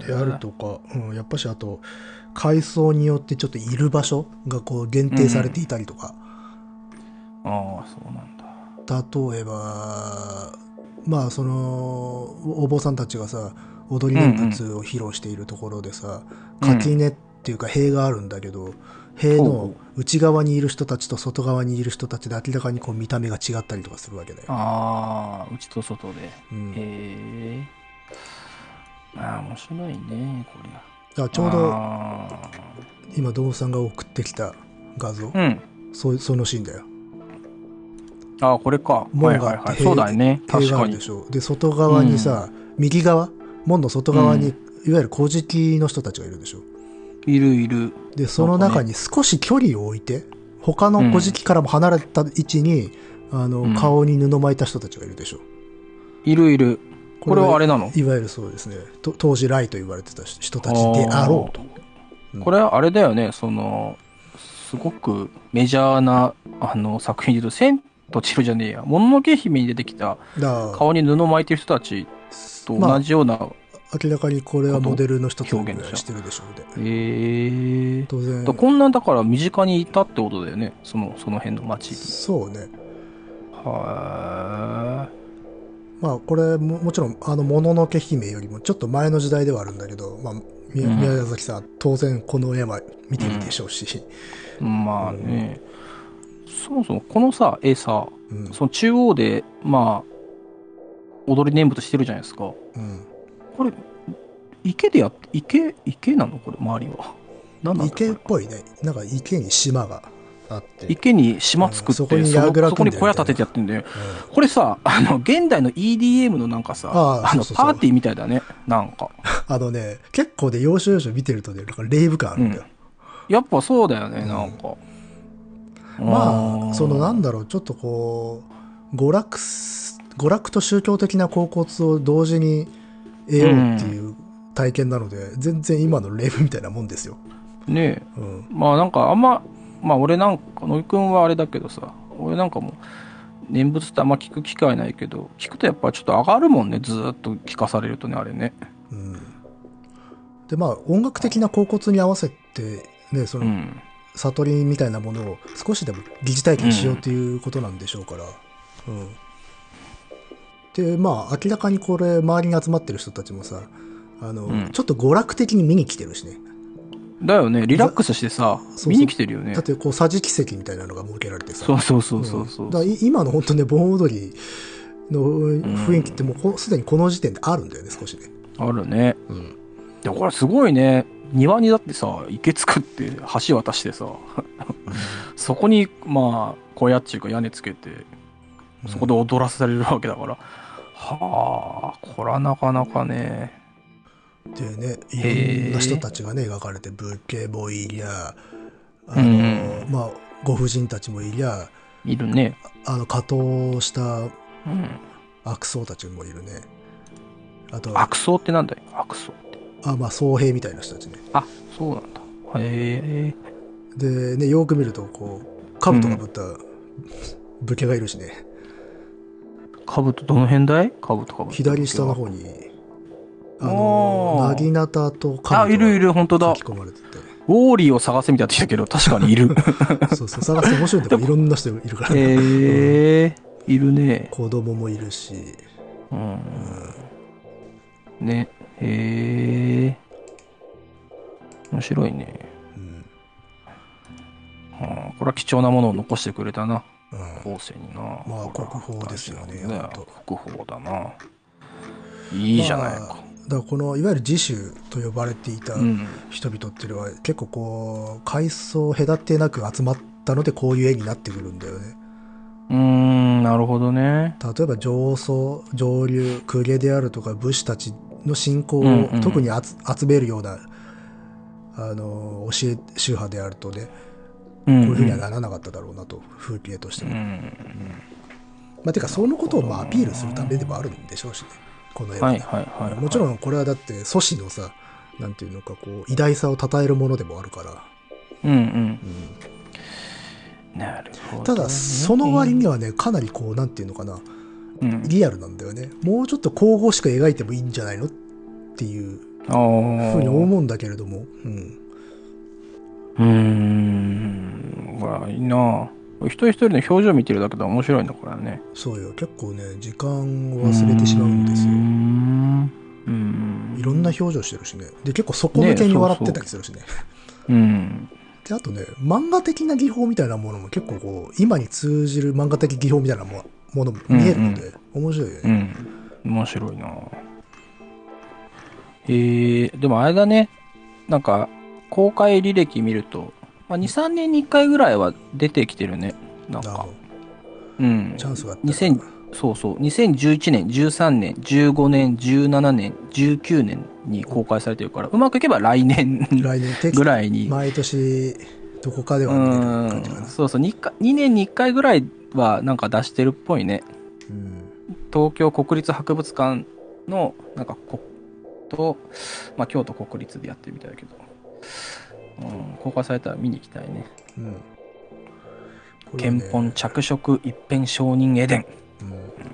であるとか、うん、やっぱしあと階層によってちょっといる場所がこう限定されていたりとか、 うん、ああそうなんだ。 例えばまあそのお坊さんたちがさ踊り念仏を披露しているところでさ、うんうん、垣根っていうか塀があるんだけど、塀の内側にいる人たちと外側にいる人たちで明らかにこう見た目が違ったりとかするわけだよ。 ああ内と外で、うん、へえ。ああ面白いねこりゃ。 だからちょうど今ドンさんが送ってきた画像、うん、そ, そのシーンだよ。 ああこれか。門があって、はいはいはい、そうだよね。確かに。 でしょ。で外側にさ、うん、右側門の外側に、うん、いわゆる古事記の人たちがいるでしょ。 いるいる。 でその中に少し距離を置いて他の古事記からも離れた位置に、うん、あの顔に布巻いた人たちがいるでしょ。 いるいる。これはあれなの？ いわゆるそうですね。当時来と言われてた人たちであろうと。 うん、これはあれだよね。そのすごくメジャーなあの作品で言うと千と千尋じゃねえや。もののけ姫に出てきた顔に布巻いてる人たちと同じような、まあ、 明らかにこれはモデルの一つぐらいしてるでしょうね。 へえ。 当然。 こんなだから身近にいたってことだよね。そのその辺の街に。 そうね。 はー。まあこれ も, もちろんあのもののけ姫よりもちょっと前の時代ではあるんだけど、まあ、宮, 宮崎さん、うん、当然この絵は見てるでしょうし、 うん、まあね、うん、そもそもこのさ絵さ、うん、その中央でまあ踊り念仏してるじゃないですか、うん、これ池でやって池池なのこれ周りはなんなん池っぽいね。なんか池に島があって池に島作って、うん、そこにそこに小屋建ててやってんだよ、うん、これさあの現代の イーディーエム のなんかさ あ, あのパーティーみたいだねなんかあのね結構で要所要所見てるとねなんかレイブ感あるんだよ、 うん、やっぱそうだよね、うん、なんかまあそのなんだろうちょっとこう娯楽娯楽と宗教的な恍惚を同時に得ようっていう体験なので、うん、全然今のレイブみたいなもんですよねえ、うん、まあなんかあんままあ俺なんか野井くんはあれだけどさ俺なんかも念仏ってあんま聞く機会ないけど聞くとやっぱちょっと上がるもんねずーっと聞かされるとねあれね、 うん、でまあ音楽的な恍惚に合わせてねその、うん、悟りみたいなものを少しでも疑似体験しようっていうことなんでしょうから、うんうん、 でまあ明らかにこれ周りに集まってる人たちもさあの、 うんちょっと娯楽的に見に来てるしね。 だよね、リラックスしてさ、 そうそう見に来てるよね。 だってこう桟敷席みたいなのが設けられてさ。 そうそうそうそうそう。 んだからい今の本当ね盆踊りの雰囲気ってもうこすでにこの時点であるんだよね少しね。 あるね。 うんでこれすごいね。庭にだってさ、池作って橋渡してさ、そこにまあ小屋っていうか屋根つけて、そこで踊らされるわけだから、はあ、これはなかなかね。 でねへーいろんな人たちがね描かれてブッケもいりゃあの、 うんまあご婦人たちもいりゃいるね。 あの下等したうん。 悪僧たちもいるね。あと悪僧ってなんだよ、悪僧って。 あまあ僧兵みたいな人たちね。 あ、そうなんだ。へえ。 でねよく見るとこう兜かぶった武家がいるしね、 かぶとどの辺だい？かぶとかぶと。 左下の方にあおのーなぎなたと兜あ、いるいる、本当だ。 書き込まれててウォーリーを探せみたいなって言ったけど、確かにいる。 そうそう探して面白いんだけどいろんな人いるから、ねへえ、いるね。 子供もいるし、 うん。ね。へえ。面白いね。 うんはあ、これは貴重なものを残してくれたな。 うん、 後世にな。 まあ国宝ですよねねほんと国宝だな。いいじゃないか。 まあだからこのいわゆる自主と呼ばれていたうん。 人々っていうのは結構こう階層隔てなく集まったのでこういう絵になってくるんだよね。 うーん、なるほどね。 例えば上層上流公家であるとか武士たちの信仰をうんうん特に集集めるようなあの教え宗派であるとねこうこういうふうにはならなかっただろうなと風景としても。 うん。 まあ、てかそのことをまあアピールするためでもあるんでしょうしねこの絵はね、 はいはいはいはい。 もちろんこれはだって祖師のさなんていうのかこう偉大さを称えるものでもあるから、 うんうん。 うんなるほど、ね。 ただその割にはねかなりこうなんていうのかなうん、 リアルなんだよね。もうちょっと神々しく描いてもいいんじゃないのっていうあふうにあ。 思うんだけれども、うん、 うーん。うわ、いいな。一人一人の表情見てるだけで面白いんだからね。 そうよ結構ね時間を忘れてしまうんですよ。 うーん。うーん。 いろんな表情してるしね。で結構底抜けに笑ってたりするしね。 うん。 であとね漫画的な技法みたいなものも結構こう今に通じる漫画的技法みたいなもものも見えるので、面白いようね。 ん。面白いな。えー、でもあれだね。なんか、公開履歴見ると、まあ、に、さんねんにいっかいぐらいは出てきてるね。なんかなるほ。どうん。 チャンスがあったらにせんそうそう。にせんじゅういちねん、じゅうさんねん、じゅうごねん、じゅうななねん、じゅうきゅうねんに公開されてるから、うまくいけば来年来年テキぐらいに。 毎年どこかでは見れる感じかな。 うん。そうそう。に, かにねんにいっかいぐらいはなんか出してるっぽいね。 うん東京国立博物館の、なんかこと、まあ、京都国立でやってるみたいだけど、うん、公開されたら見に行きたいね。 うんこれは憲ね本着色一辺承認エデン。 うん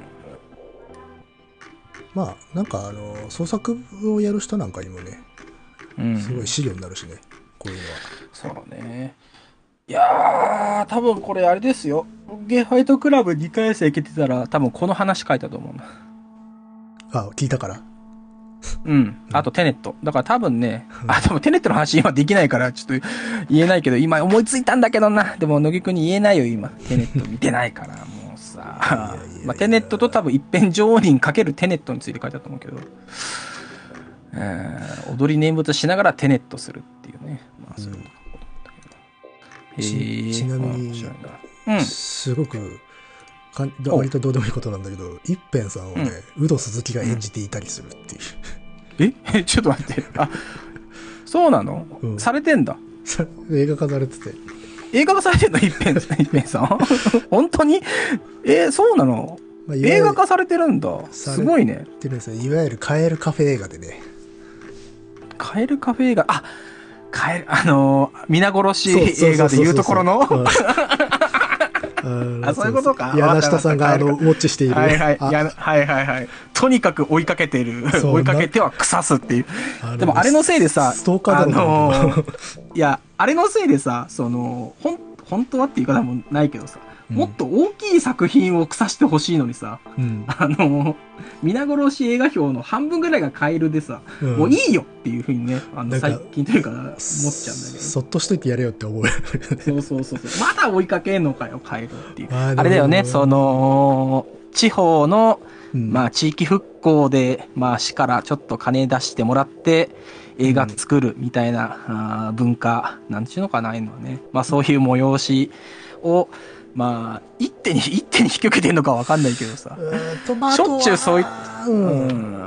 まあなんかあの創作をやる人なんかにもねうん。 すごい資料になるしねこういうのは。 そうね。いやー、多分これあれですよ。ゲファイトクラブにかい生行けてたら、多分この話書いたと思うな。 あ聞いたからうん。あとテネット。だから多分ね、あ、多分テネットの話今できないから、ちょっと言えないけど、今思いついたんだけどな。でも、乃木くんに言えないよ、今。テネット見てないから、もうさ。 いやいやいやまあ、テネットと多分一辺常人かけるテネットについて書いてあったと思うけど、えー踊り念仏しながらテネットするっていうね。まあ、そういうことだったけど。 ちへーちなみに面白いなうん。 すごくかんお割とどうでもいいことなんだけど一辺さんをね、ウド鈴木が演じていたりするっていう、 えちょっと待って。あ、そうなの、 うんされてんだ。 映画化されてて映画化されてんの一辺、一辺さん本当にえーそうなの、 まあいわゆる映画化されてるんだ。 されすごいね。 ってるんですよいわゆるカエルカフェ映画でねカエルカフェ映画、あ、カエル、あのー、皆殺し映画でいうところのあ、そういうことか。 柳下さんがあのウォッチしているはいはい。 あやはいはいはい。とにかく追いかけてる。 そう追いかけては腐すっていう。 あのでもあれのせいでさ、 ストーカーだあろうなのー、いや、あれのせいでさ、その、ほん、本当はっていう言い方もないけどさ、 もっと大きい作品を腐してほしいのにさ、 うん、 あの、皆殺し映画表の半分ぐらいがカエルでさ、うん、もういいよっていうふうにね、あの最近というか思っちゃうんだけど。 そっとしといてやれよって思う。 そうそうそうそう。まだ追いかけんのかよ、カエルっていう。あれだよね、その、地方の、うん、まあ地域復興で、まあ市からちょっと金出してもらって、映画作るみたいな、うん、あ文化、なんちゅうのかな、いうのはね。まあそういう催しを、まあ、一手に、一手に引き受けてんのかわかんないけどさ。しょっちゅうそういった、うん。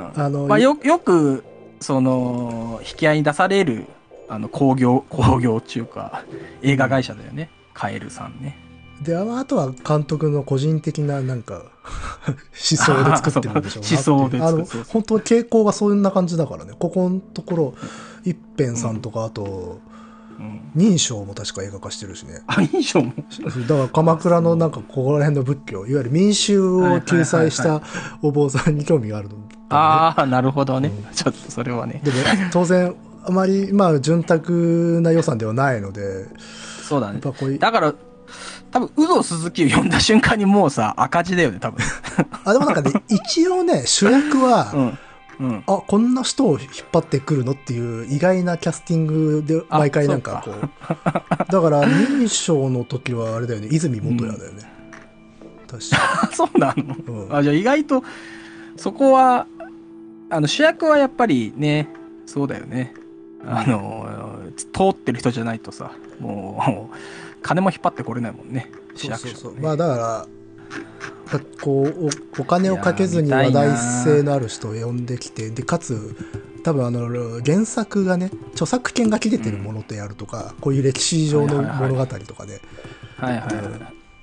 あの、まあよ、よく、その、引き合いに出される、あの、工業、工業っていうか、映画会社だよね。カエルさんね。 で、あとは監督の個人的な、なんか、思想で作ってるんでしょうな。 思想で作ってる。あの、本当傾向がそんな感じだからね。ここのところ、一辺さんとか、あと、うん、認証も確か映画化してるしね。 あ、認証もだから鎌倉のなんかここら辺の仏教、いわゆる民衆を救済したお坊さんに興味があるの、ね。 ああ、なるほどね、うん。ちょっとそれはね。 でも当然、あまり、まあ、潤沢な予算ではないので。 そうだね。こういうだから、多分、有働鈴木を呼んだ瞬間にもうさ、赤字だよね、多分。 あ、でもなんかね、一応ね、主役は、うんうん、あ、こんな人を引っ張ってくるのっていう意外なキャスティングで毎回なんかこう。かだから、認証の時はあれだよね、泉元也だよね。うん、確かに。そうなの、うん、あ、じゃあ意外と、そこは、あの、主役はやっぱりね、そうだよね。あの、通ってる人じゃないとさ、もう、金も引っ張ってこれないもんね。主役者、ね。そうそうそう。 まあだから、こう お, お金をかけずに話題性のある人を呼んできて、でかつ多分あの原作がね著作権が切れてるものであるとか、うん、こういう歴史上の物語とかで、 はいはいはい、はいはい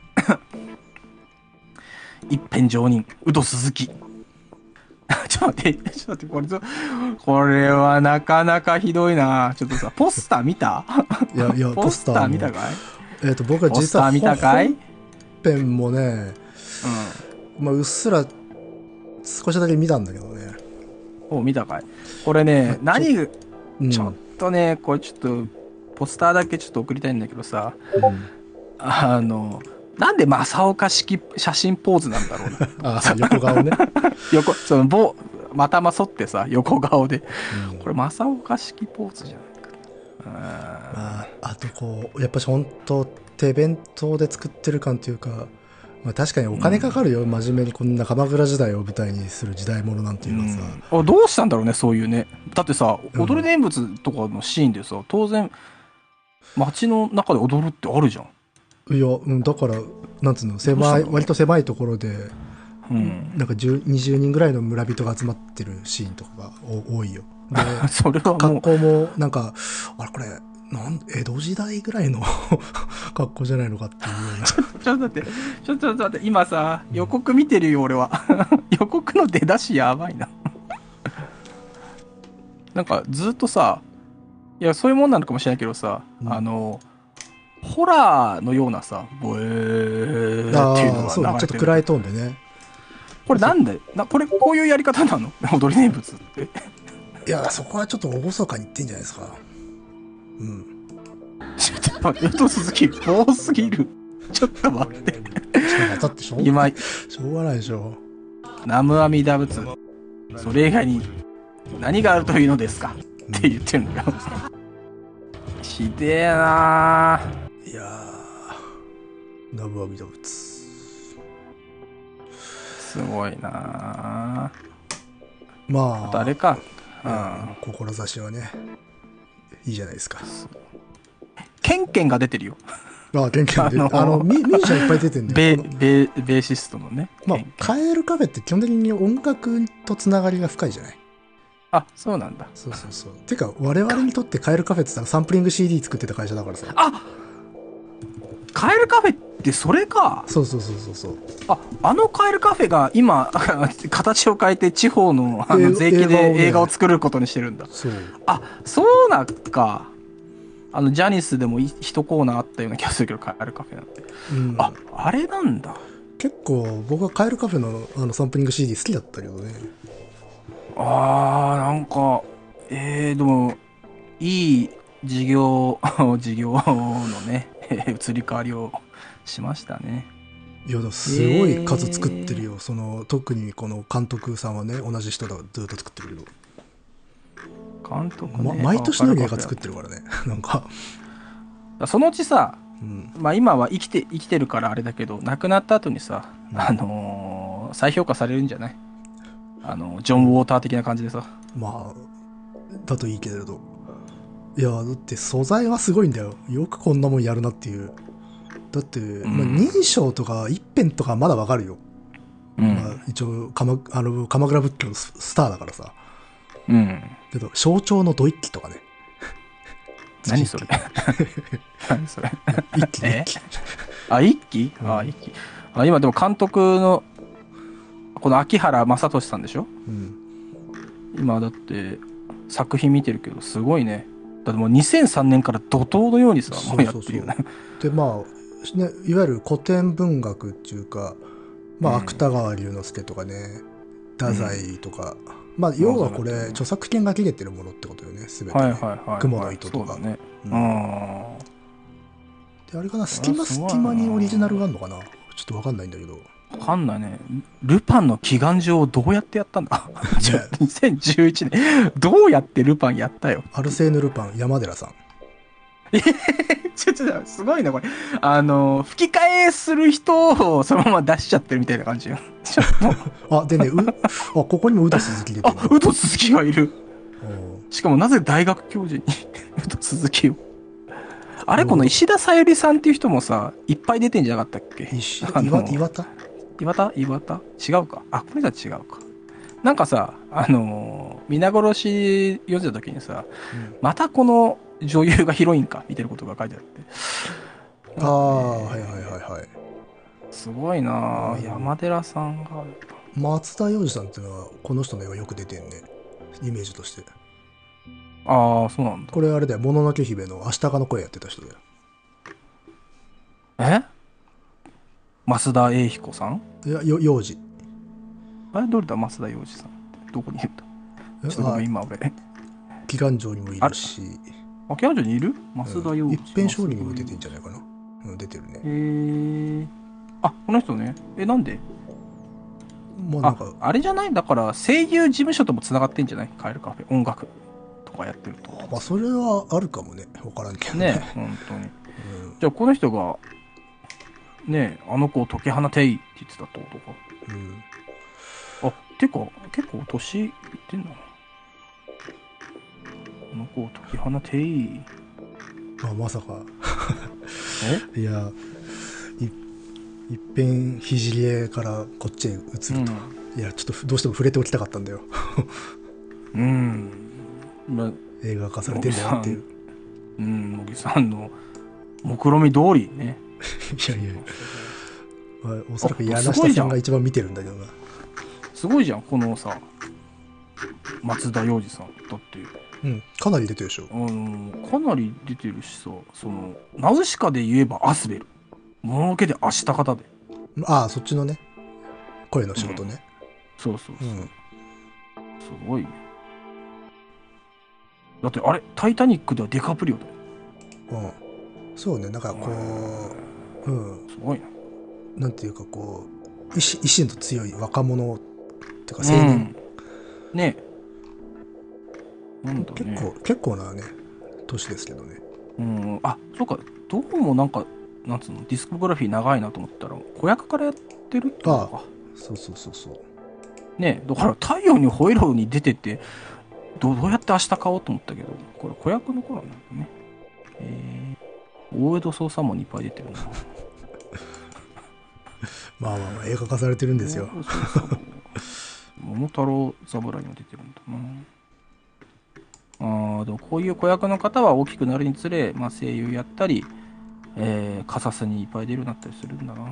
、一辺上人宇戸鈴木ちょっと待ってちょっと待ってこれこれはなかなかひどいな。ちょっとさポスター見たいやいやポスター見たかい。 えーと僕は実はポスター見たかい。 本編もね、うん、まあうっすら少しだけ見たんだけどね。 お見たかい。これね何が、うん、ちょっとねこれちょっとポスターだけちょっと送りたいんだけどさ、うん、あのなんで正岡式写真ポーズなんだろうな。 あ横顔ね。 横その棒頭反ってさ横顔で、うん、これ正岡式ポーズじゃないか。 あ, あとこうやっぱし本当手弁当で作ってる感というか、まあ、確かにお金かかるよ、うん、真面目にこんな鎌倉時代を舞台にする時代物なんていうのはさ、 うん、あどうしたんだろうねそういうね。だってさ踊り念仏とかのシーンでさ、うん、当然街の中で踊るってあるじゃん。 いや、うん、だからなんつうの狭い割と狭いところで、うん、なんかじゅうにじゅうにんぐらいの村人が集まってるシーンとかが多いよ。でそれはもう格好もなんかあれこれなん江戸時代ぐらいの格好じゃないのかっていうような。 ちょっと待ってちょっと待って今さ予告見てるよ俺は予告の出だしやばいななんかずっとさいやそういうもんなのかもしれないけどさ、うん、あのホラーのようなさボエーっていうのが流れてる。 そうちょっと暗いトーンでね。 これなんでなこれこういうやり方なの踊り念仏っていやそこはちょっと厳かに言ってんじゃないですか。うん。 ちょっと待って、江戸鈴木多すぎる。ちょっと待って。 だってしょう今しょうがないでしょ。 南無阿弥陀仏。それ以外に何があるというのですか、うん、って言ってるんだよ。ひでえなー。 いやー、南無阿弥陀仏。 すごいなー。まあ。 あとあれか。 うん、志はね。いいじゃないですか。 ケンケンが出てるよ。 ああ、ケンケンで、あの、あのミュージシャンいっぱい出てるんだよ。 ベベベーシストのね。 まあ、カエルカフェって基本的に音楽とつながりが深いじゃない。 あ、そうなんだ。 そうそうそう。てか、我々にとってカエルカフェって言ったらサンプリング シーディー 作ってた会社だからさ。 あカエルカフェってそれか。 そうそうそうそうそう。 あ、あのカエルカフェが今形を変えて地方のあの税金で映画を作ることにしてるんだ。 そう。 あ、そうなんか。あのジャニスでも一コーナーあったような気がするけどカエルカフェなんて。うん、あ、あれなんだ。 結構僕はカエルカフェのあのサンプリング シーディー 好きだったけどね。 あーなんかえー、でもいい事業事業のね移り変わりをしましたね。 いやだすごい数作ってるよ、その特にこの監督さんはね同じ人だずっと作ってるけど、 監督ね、 ま、毎年のように映画作ってるからねなんかそのうちさ、 うん、 まあ今は生きて生きてるからあれだけど、亡くなった後にさ、 うん、 あのー、再評価されるんじゃない？あのジョン・ウォーター的な感じでさ。 まあだといいけれど、いやだって素材はすごいんだよ、よくこんなもんやるなっていう。だって、 うん、 まあ、認証とか一辺とかまだわかるよ、 うん、 まあ、一応鎌あの鎌倉仏教のススターだからさ、 うん、 けど象徴の土一揆とかね何それ何それ一揆え一揆あ、一期、 うん、 あ、一期。あ、今でも監督のこの秋原正俊さんでしょ、 うん、 今だって作品見てるけどすごいね。だってもうにせんさんねんから怒涛のようにさ、もうやってるよね。 でまあ、ね、いわゆる古典文学っていうか、まあ、 うん芥川龍之介とかね太宰とか、うん、まあ要はこれ著作権が切れてるものってことよね全てね、 はいはいはい、はい、 雲の糸とか、 そうだね、 うん、 あであれかな、隙間隙間にオリジナルがあるのかな、ちょっと分かんないんだけど。 わかんないね。ルパンの祈願状をどうやってやったんだにせんじゅういちねんどうやってルパンやったよ。 アルセーヌ・ルパン山寺さんえちょっとすごいなこれ。あの吹き替えする人をそのまま出しちゃってるみたいな感じよ。ちょっとあでねうあここにもウド鈴木出てる、 あ、ウド鈴木がいる。しかもなぜ大学教授にウド鈴木を。あれこの石田さゆりさんっていう人もさいっぱい出てんじゃなかったっけ？ 石田岩岩田岩田岩田違うか。あ、これじゃ違うか。なんかさ、あのー、皆殺し読んでた時にさ、うん、またこの女優がヒロインかみたいなことが書いてあって。 ああ、はいはいはいはい。 すごいな、うん、山寺さんが。 松田洋次さんっていうのはこの人の絵はよく出てんね、イメージとして。 ああ、そうなんだ。 これあれだよ、もののけ姫の足利の声やってた人だよ。 え増田栄彦さん？ いや、よ幼児。 あれどれだ増田洋次さんってどこにいるんだ？ちょっとごめん今俺祈願城にもいるし、 あ、祈願城にいる増田洋次、 うん、一辺勝利にも出てんじゃないかな。うん、出てるね。 へえ。あ、この人ね。え、なんで？ もうなんかあ, あれじゃない、だから声優事務所ともつながってんじゃない？カエルカフェ音楽とかやってると。 まあそれはあるかもね、分からんけどね。ね本当に、うん、じゃあこの人がねあの子を解き放ていって言ってたってことか。うん。あ、てか結構年いってんの？あの子を解き放てい。 まあまさかえいやいいっぺん聖絵からこっちへ移ると、うん、いやちょっとどうしても触れておきたかったんだようん、まあ、映画化されてんだよっていう。 うん、茂木さんの目論見通りねいやいや、まあ、おそらく柳下さんが一番見てるんだけどな。 すごいじゃんこのさ松田洋次さんだって。 うん、かなり出てるでしょ。 あのかなり出てるしさ、そのナウシカで言えばアスベル、もののけでアシタカだで。 ああ、そっちのね声の仕事ね、 うん、そうそうそう、うん、すごいね。だってあれタイタニックではデカプリオだよ。 うん、そうね、なんかこう、うん、すごいな。なんていうかこう意志意志の強い若者っていうか青年、 うん、ねえなんだね、結構結構なね年ですけどね。 うん、あ、そうか、どうもなんかなんつうのディスコグラフィー長いなと思ったら子役からやってるってことか。ああ、 そうそうそうそうね。だから太陽に吠えろに出ててどうどうやって明日買おうと思ったけど、これ子役の頃なんだね。えー、大江戸捜査網にいっぱい出てるなまあまあまあ映画化されてるんですよ桃太郎侍にも出てるんだな。あでもこういう子役の方は大きくなるにつれ、まあ、声優やったり、えー、カサスにいっぱい出るようになったりするんだな。うん、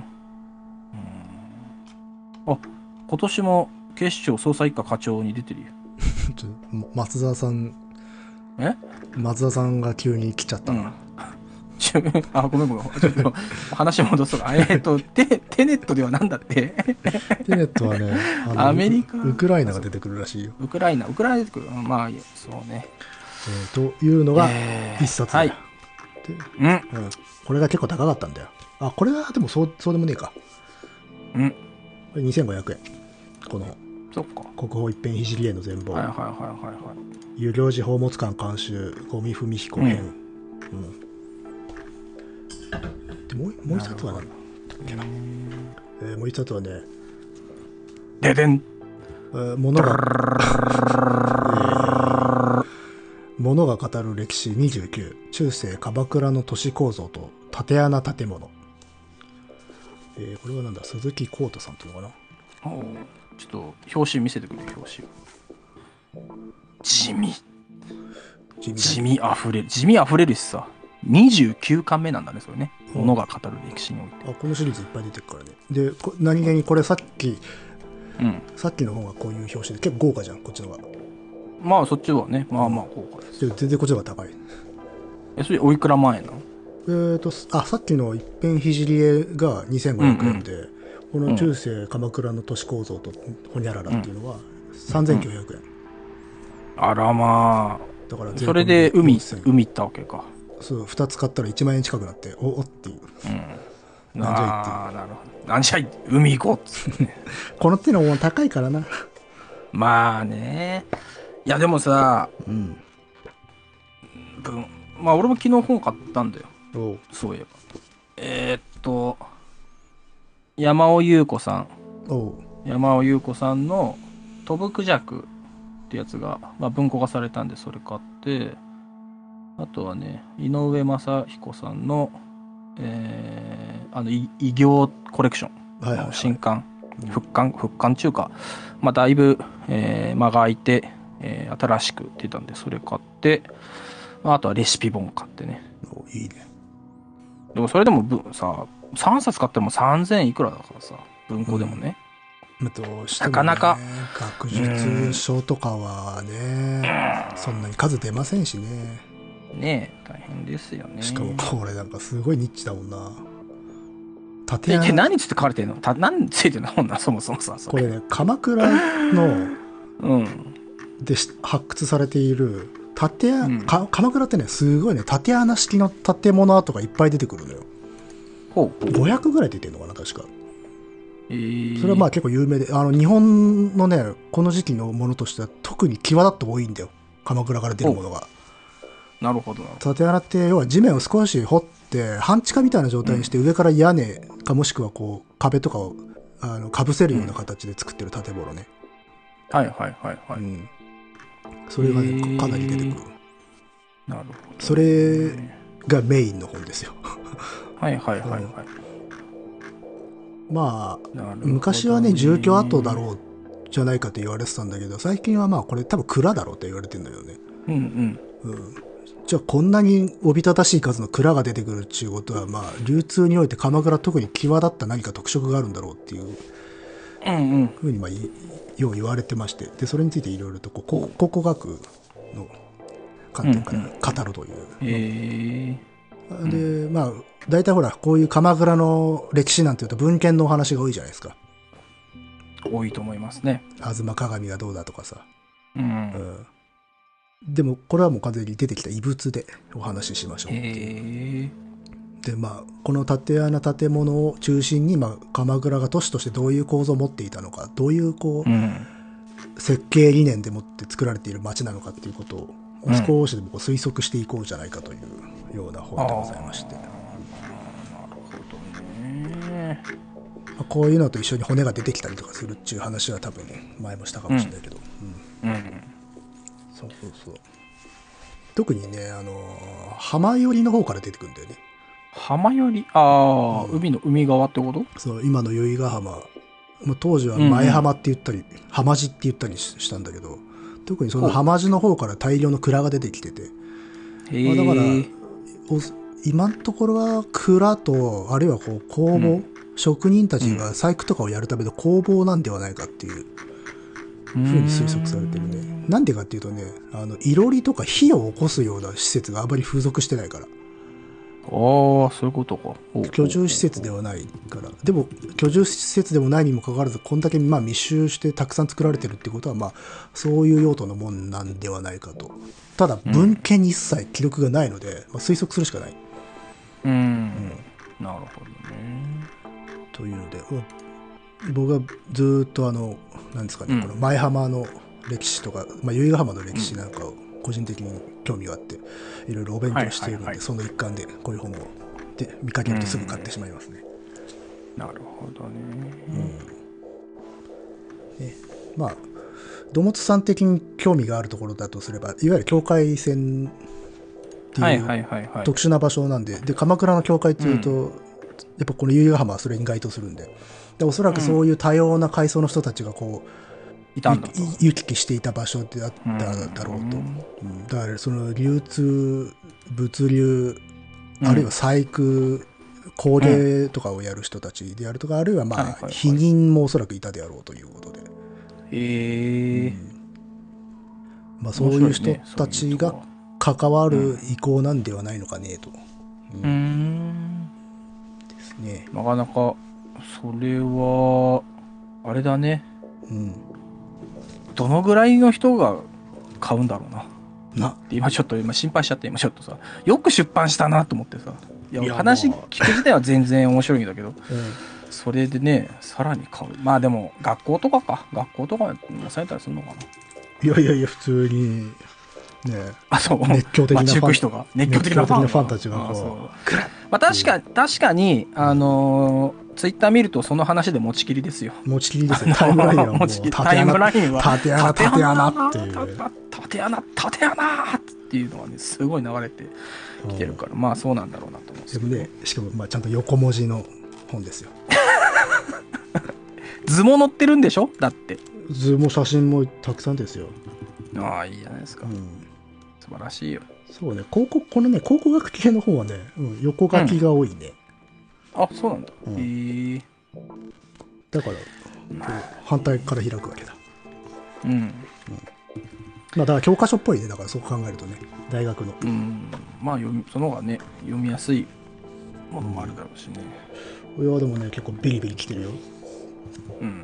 あ、今年も警視庁捜査一課課長に出てるよ松沢さんえ松沢さんが急に来ちゃったな、うん、 あごめんごめんちょっと話戻そうか。えっとテテネットではなんだってテネットはねアメリカウクライナが出てくるらしいよ。 ウクライナウクライナ出てくる。まあそうね、 えー、というのが一冊だ、えー、はいうん、うん、 これが結構高かったんだよ。あこれはでもそうそうでもねえか。 うんこれにせんごひゃくえん。このそっか。 国宝一辺聖絵の全貌、 はいはいはいはいはい。 遊行寺宝物館監修五味文彦編、うんうん、でもうもう一冊は何だっけな、えー、もう一冊はねででん、 えー、物が、えー、物が語る歴史にじゅうきゅう、中世鎌倉の都市構造と竪穴建物、えー、これはなんだ、鈴木浩太さんっていうのかな。 おちょっと表紙見せてくれる。表紙地味地味地味あふれる地味あふれるしさ、にじゅうきゅうかんめなんだねそれね。物が語る歴史において、 あこのシリーズいっぱい出てるからね。でこ何気にこれさっき、 うん、 さっきの本がこういう表紙で結構豪華じゃん、こっちの方が。 まあそっちはね、まあまあ豪華です。 で全然こっちの方が高い。 えそれおいくら万円なの？ えーとあさっきの一辺聖絵がにせんごひゃくえんで、うんうん、この中世鎌倉の都市構造とホニャララっていうのはさんぜんきゅうひゃくえん、うんうん、あらまあ、だからそれで海海行ったわけか。 そうふたつ買ったらいちまんえん近くなっておおっていう、 うん、なんじゃいっていう、あなるほど、なんじゃい海行こうっつって、ね、 この手のも高いからな。まあね、いやでもさ、うん、まあ俺も昨日本買ったんだよ。おそういえばえー、っと山尾優子さんお山尾優子さんの「飛ぶクジャク」ってやつが、まあ、文庫化されたんでそれ買って、あとはね井上正彦さんの、えー、あの異形コレクションの新刊、復刊復刊中か、まあ、だいぶ、えー、間が空いて、えー、新しく出たんでそれ買って、あとはレシピ本買ってね。 おいいね。 でもそれでもささんさつ買ってもさんぜんいくらだからさ、文庫でもね、 うん、どうしてもね、 なかなか学術書とかはね、うん、そんなに数出ませんしね。 ねえ大変ですよね。 しかもこれなんかすごいニッチだもんな。 縦穴何つって書かれてんの？た何ついてんの？そもそもさこれね鎌倉の、うん、で発掘されている縦穴、うん、鎌倉ってねすごいね縦穴式の建物跡がいっぱい出てくるのよ。ほうほうごひゃくぐらい出てるのかな確か。えー、それはまあ結構有名で、あの日本のねこの時期のものとしては特に際立って多いんだよ、鎌倉から出るものが。 なるほどな。 縦穴って要は地面を少し掘って半地下みたいな状態にして、うん、上から屋根かもしくはこう壁とかをあのかぶせるような形で作ってる建物ね、 うん、はいはいはいはい、うん、 それがねかなり出てくる。 なるほど、ね、 それがメインの本ですよ。 はいはいはいはい、 うん、まあ、ね、昔はね住居跡だろうじゃないかと言われてたんだけど、最近はまあこれ多分蔵だろうって言われてるんだよね。うんうん、うん、じゃあこんなにおびただしい数の蔵が出てくるっていうことは、まあ流通において鎌倉特に際立った何か特色があるんだろうっていうふうにまあよう言われてまして、でそれについていろいろとこう考古学の観点から語るという、うんうん、へー。でまあ大体ほらこういう鎌倉の歴史なんていうと文献のお話が多いじゃないですか。 多いと思いますね。 吾妻鏡がどうだとかさ、うんうん、でもこれはもう完全に出てきた遺物でお話ししましょうっていう。でまあこの竪穴建物を中心に、まあ、鎌倉が都市としてどういう構造を持っていたのか、どういうこう、うん、設計理念でもって作られている街なのかっていうことを少しでもこう推測していこうじゃないかというような本でございまして、うん、なるほどね。こういうのと一緒に骨が出てきたりとかするっていう話は多分前もしたかもしれないけど、うんうんうん、そうそうそう。特にねあの浜寄りの方から出てくるんだよね。 浜寄り、ああ、うん、海の海側ってこと？ そう今の由比ヶ浜、当時は前浜って言ったり、うんうん、浜地って言ったりしたんだけど、特にその浜地の方から大量の蔵が出てきてて、まあ、だから今のところは蔵とあるいはこう工房、うん、職人たちが細工とかをやるための工房なんではないかっていうふうに推測されてるね。なんでかっていうとね、あのいろりとか火を起こすような施設があまり風俗してないから。 ああそういうことか。 居住施設ではないから。でも居住施設でもないにもかかわらずこんだけまあ密集してたくさん作られてるってことは、まあそういう用途のもんなんではないかと。ただ文献に一切記録がないので、まあ、推測するしかない。うん、うん、 なるほどね。 というので、うん、 僕はずーっとあのなんですかね、 うんこの前浜の歴史とか、まあ、由比ヶ浜の歴史なんかを個人的に興味があっていろいろお勉強しているので、 はいはいはいその一環でこういう本をで見かけるとすぐ買ってしまいますね。 なるほどね。 ねまあ土本さん的に興味があるところだとすればいわゆる境界線ってはいいうはいはいはい。 特殊な場所なんで、で鎌倉の境界っていうと、やっぱこの由比ヶ浜はそれに該当するんで、でおそらくそういう多様な階層の人たちがこう、 いたんだと。 い行き来していた場所であっただろうと、うんだからその流通物流、 うんあるいは細工工芸とかをやる人たちであるとか、あるいはまあはいはいはい否認もおそらくいたであろうということで、 へえ。 まあ、そういう人面白いねたちがそういうとこ関わる意向なんではないのかねと、 うーん。 ですね。 なかなか、それは、あれだね。 うんどのぐらいの人が買うんだろうな。 なで今ちょっと今心配しちゃって今ちょっとさよく出版したなと思ってさいやいや話まあ聞く自体は全然面白いんだけどうんそれでねさらに買うまあでも学校とかか学校とか抑えたりするのかないやいやいや普通にねあそう熱狂的なファン街行く人が熱狂的なファン熱狂的なファンたちがこうあそうまあ確か確かにあのーツイッター見るとその話で持ちきりですよ持ちきりですね。タイムラインはもう持ちきり縦タイムラ穴インは縦穴縦穴っていう縦穴縦穴っていうのはねすごい流れてきてるからまあそうなんだろうなと思うんですけどでもねしかもまあちゃんと横文字の本ですよ。 図も載ってるんでしょだって図も写真もたくさんですよ。 ああいいじゃないですか、 うん素晴らしいよそうね考古このね考古学系の方はね、うん、横書きが多いね。 あそうなんだ、 うんへえだから反対から開くわけだ。 うんまあだから教科書っぽいね。だからそう考えるとね大学の。 うんまあ読みその方がね読みやすいものもあるだろうしねいやでもね結構ビリビリ来てるよ。 うん、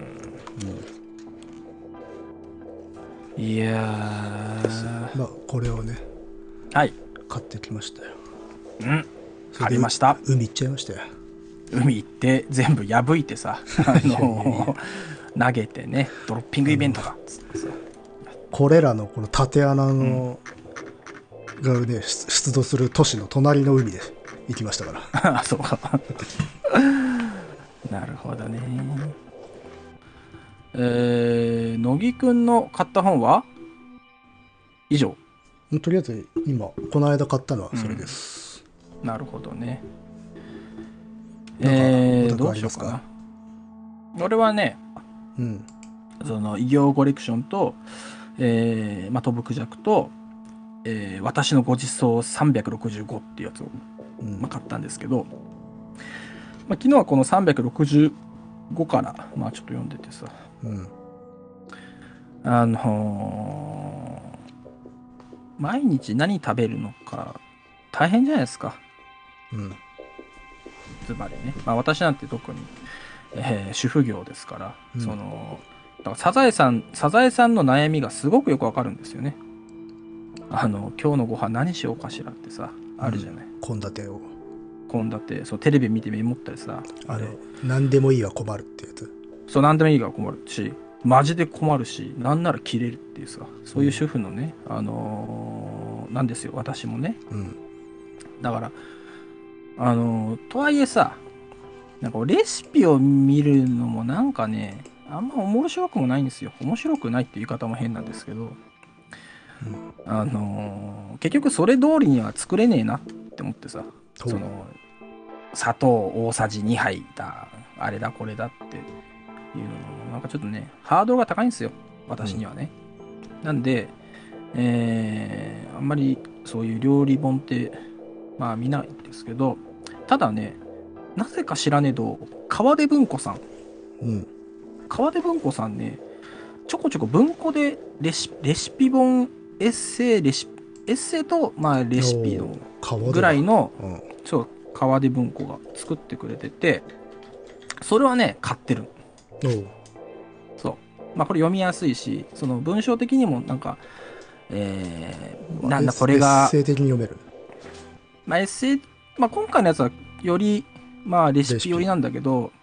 いやーまあこれをねはい買ってきましたよ。 うんそれでありました海行っちゃいましたよ。 海行って全部破いてさあの投げてねドロッピングイベントだっつってさこれらのこの縦穴の、がね出出土する都市の隣の海で行きましたからあそうかなるほどねえー、乃木くんの買った本は以上とりあえず今この間買ったのはそれです、 なるほどねなんかえー、 お宅どうありますかしようかな俺はねうんその異形コレクションと、えー、まあ、飛ぶクジャクと、えー、私のごちそうさんびゃくろくじゅうごっていうやつを、 うんまあ、買ったんですけど、まあ、昨日はこのさんびゃくろくじゅうごから、まあ、ちょっと読んでてさうんあのー、毎日何食べるのか大変じゃないですかうんつまりね、まあ、私なんて特に、えー主婦業ですから、 うんそのだからサザエさんサザエさんの悩みがすごくよくわかるんですよねあの今日のご飯何しようかしらってさあるじゃない献立を献立そうテレビ見てメモったりさあれれ何でもいいは困るってやつ。 そう何でもいいから困るしマジで困るしなんなら切れるっていうさそういう主婦のね、あのーなんですよ私もねうんだからあのーとはいえさなんかレシピを見るのもなんかねあんま面白くもないんですよ面白くないって言い方も変なんですけどあのー結局それ通りには作れねえなって思ってさそうその砂糖大さじにはいだあれだこれだっていうのもなんかちょっとねハードルが高いんですよ私にはね、なんでえーあんまりそういう料理本ってまあ見ないんですけどただねなぜか知らねえと川出文庫さんうん川出文庫さんねちょこちょこ文庫でレシレシピ本エッセイレシエッセイと、まあ、レシピのぐらいのうんそう川出文庫が作ってくれててそれはね買ってるおうそうまあこれ読みやすいしその文章的にもなんかえー、なんだエッこれがエッセイ的に読める。 まあエッセイ、まあ、今回のやつはよりまあレシピ寄りなんだけど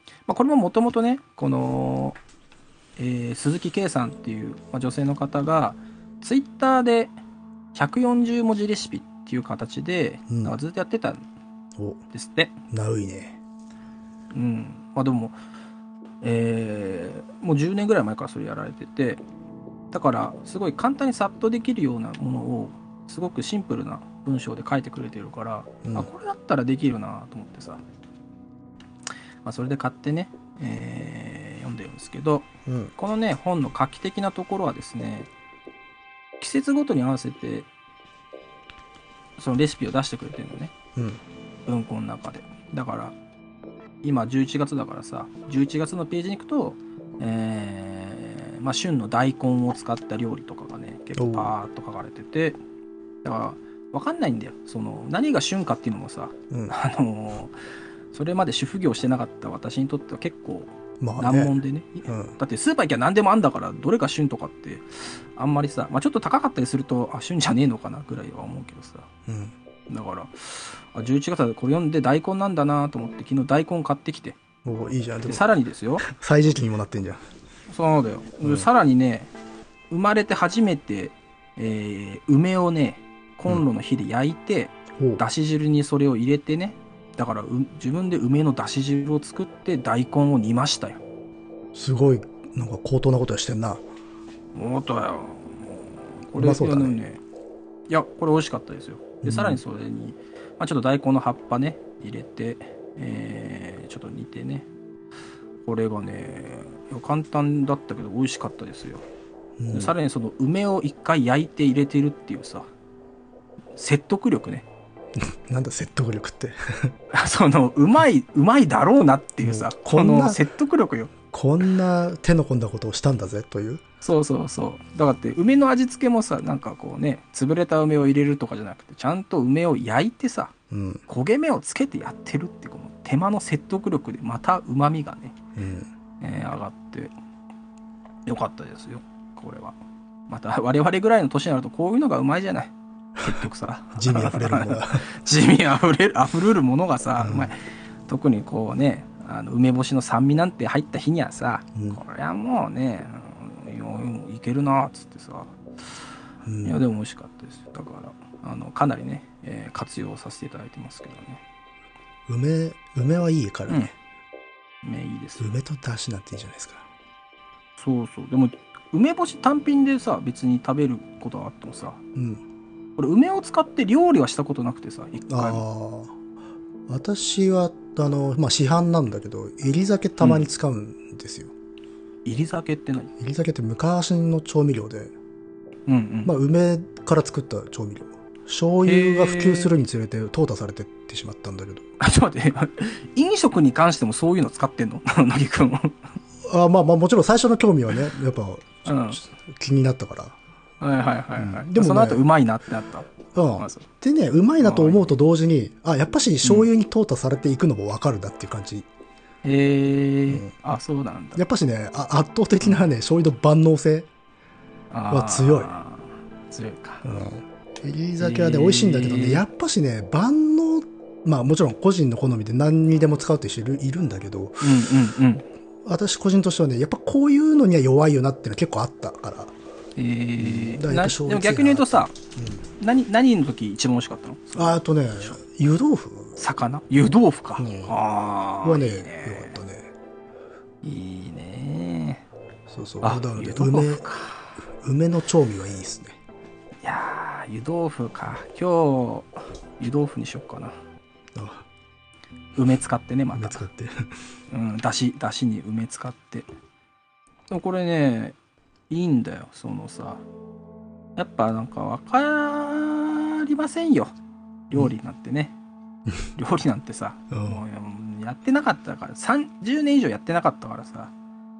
まあ、これももともとね、この、えー鈴木圭さんっていう、まあ、女性の方が、ツイッターでひゃくよんじゅうもじレシピっていう形で、 うんなんかずっとやってたんお、 ですって。 ナウイね。 うん。まあでも、えーもうじゅうねんぐらい前からそれやられてて、だからすごい簡単にさっとできるようなものをすごくシンプルな文章で書いてくれてるから、 うんあ、これだったらできるなと思ってさ、まあ、それで買ってね、えー読んでるんですけど、 うんこのね本の画期的なところはですね、季節ごとに合わせてそのレシピを出してくれてるのね、 うん文庫の中で。だから今じゅういちがつだからさ、じゅういちがつのページに行くと、えーまあ、旬の大根を使った料理とかがね結構パーッと書かれてて、だから分かんないんだよ、その何が旬かっていうのもさ、 うんあのーそれまで主婦業してなかった私にとっては結構まあね難問でね、 うんだってスーパー行きゃ何でもあんだからどれが旬とかってあんまりさ、まあ、ちょっと高かったりするとあ旬じゃねえのかなぐらいは思うけどさ、 うんだからあじゅういちがつでこれ読んで大根なんだなと思って昨日大根買ってきて、 おいいじゃん。でもでさらにですよ、 歳時記にもなってんじゃん。 そうだよ、 うんさらにね生まれて初めて、えー梅をねコンロの火で焼いて、 おうだし汁にそれを入れてね、だからう自分で梅のだし汁を作って大根を煮ましたよ。 すごいなんか高等なことはしてんな。 もっとよ、こうれまそうだねね、いやこれ美味しかったですよ。でうんさらにそれに、まあ、ちょっと大根の葉っぱね入れて、えーちょっと煮てね、これがねいや簡単だったけど美味しかったですよ。 うんでさらにその梅を一回焼いて入れてるっていうさ説得力ねなんだ説得力って。 そのうまいうまいだろうなっていうさ、 うんここんなの説得力よ。 こんな手の込んだことをしたんだぜという。 そうそうそう。だからって梅の味付けもさ、なんかこうね潰れた梅を入れるとかじゃなくてちゃんと梅を焼いてさうん焦げ目をつけてやってるってこの手間の説得力でまたうまみがね、 うんえー上がってよかったですよこれは。また我々ぐらいの年になるとこういうのがうまいじゃない、結局さ地味あふれるものが。 地味あふれるあふれるものがさ、 ううんまい。特にこうねあの梅干しの酸味なんて入った日にはさ、 うんこれはもうね、うん、いけるなっつってさ、 うんいやでも美味しかったですよ。だからあのかなりね、えー活用させていただいてますけどね。 梅梅はいいからね、 梅いいですよ。 梅と出汁なんていいじゃないですか。 そうそう。でも梅干し単品でさ別に食べることはあってもさ、 うんこれ梅を使って料理はしたことなくてさ一あ回も。 あ私はあのまあ市販なんだけど煎り酒たまに使うんですよ、 煎り酒って何？ 煎り酒って昔の調味料で、 うんうん。 まあ、梅から作った調味料。醤油が普及するにつれて淘汰されてってしまったんだけど。 あ、ちょっと待って。飲食に関してもそういうの使ってんの乃木くん。 あまあまあもちろん最初の興味はねやっぱ、 うん気になったから。 はいはいはいはい。 うんでもねその後うまいなってなった。 うんあそうでねうまいなと思うと同時にあやっぱし醤油に淘汰されていくのも分かるなっていう感じ。 へえ、 うんあ、そうなんだ。 やっぱしねあ圧倒的なね醤油の万能性。は強いあー強いか。 うん、煎り酒はね美味しいんだけどね、 へーやっぱしね万能まあもちろん個人の好みで何にでも使うっていう人いるいるんだけど、 うんうんうん。 私個人としてはねやっぱこういうのには弱いよなっていうのは結構あったから、 えーうんだからやっなぱ醤油でも逆に言うとさ、 う何何の時一番美味しかったの？ ん、あとね湯豆腐魚？湯豆腐か。 うんああ。 はねよいいねかったね。 いいね。 そうそうあ、 だからね湯豆梅腐か。 梅の調味はいいですね。 いやー、湯豆腐か。今日、湯豆腐にしよっかな。 あ梅使ってね、また。 梅使ってうん、だし、だしに梅使って。でもこれね、いいんだよ、そのさ。やっぱなんかわかりませんよ。料理なんてね。料理なんてさ、 うんもうやってなかったから、さんじゅうねん以上やってなかったからさ、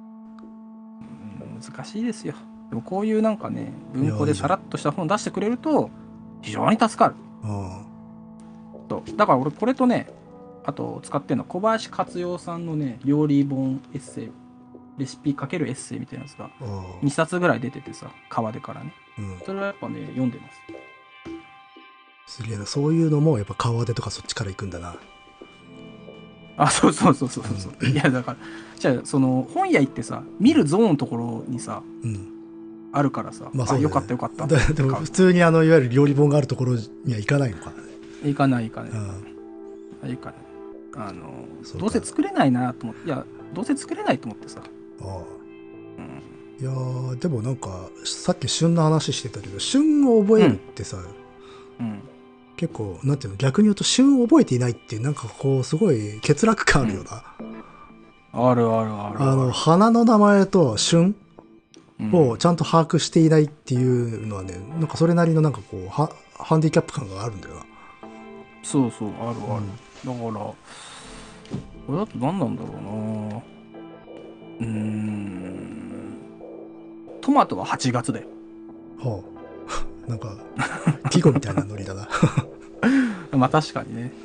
うん難しいですよ。でもこういうなんかね、文庫でさらっとした本出してくれると、非常に助かる。 あとだから俺これとね、あと使ってるのは小林克洋さんのね、料理本エッセイ、レシピかけるエッセイみたいなやつがあにさつぐらい出ててさ、川出からね。 うんそれはやっぱね、読んでます。 すげえなそういうのもやっぱ川出とかそっちから行くんだな。 あ、そうそうそうそうそう、うん、いやだからじゃあその本屋行ってさ見るゾーンのところにさ、うん、あるからさ、まあそうだね、あよかったよかった。 でも普通にあのいわゆる料理本があるところには行かないのかな。 行かない行かない、うん、行かない。あのどうせ作れないなと思って、いやどうせ作れないと思ってさ。ああ、 うん、いやーでもなんかさっき旬の話してたけど、旬を覚えるってさ、うん、うん、結構なんていうの、逆に言うと旬を覚えていないってなんかこうすごい欠落感あるよな、 うん、あるあるある。 あの花の名前と旬をちゃんと把握していないっていうのはね、なんかそれなりのなんかこうハハンディキャップ感があるんだよな。 そうそう、あるある、うん、だからこれだと何なんだろうな。うーん、トマトははちがつだよ。 はあ、なんか季語みたいなノリだな。 まあ確かにね。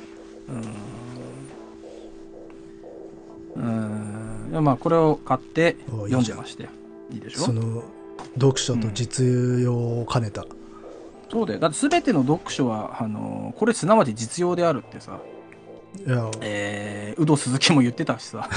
うーん、うーん、まあこれを買って読んでましていいでしょ。 その読書と実用を兼ねた、うん、 そうだよ。だって全ての読書はあのこれすなわち実用であるってさ、いや、えー、有働鈴木も言ってたしさ。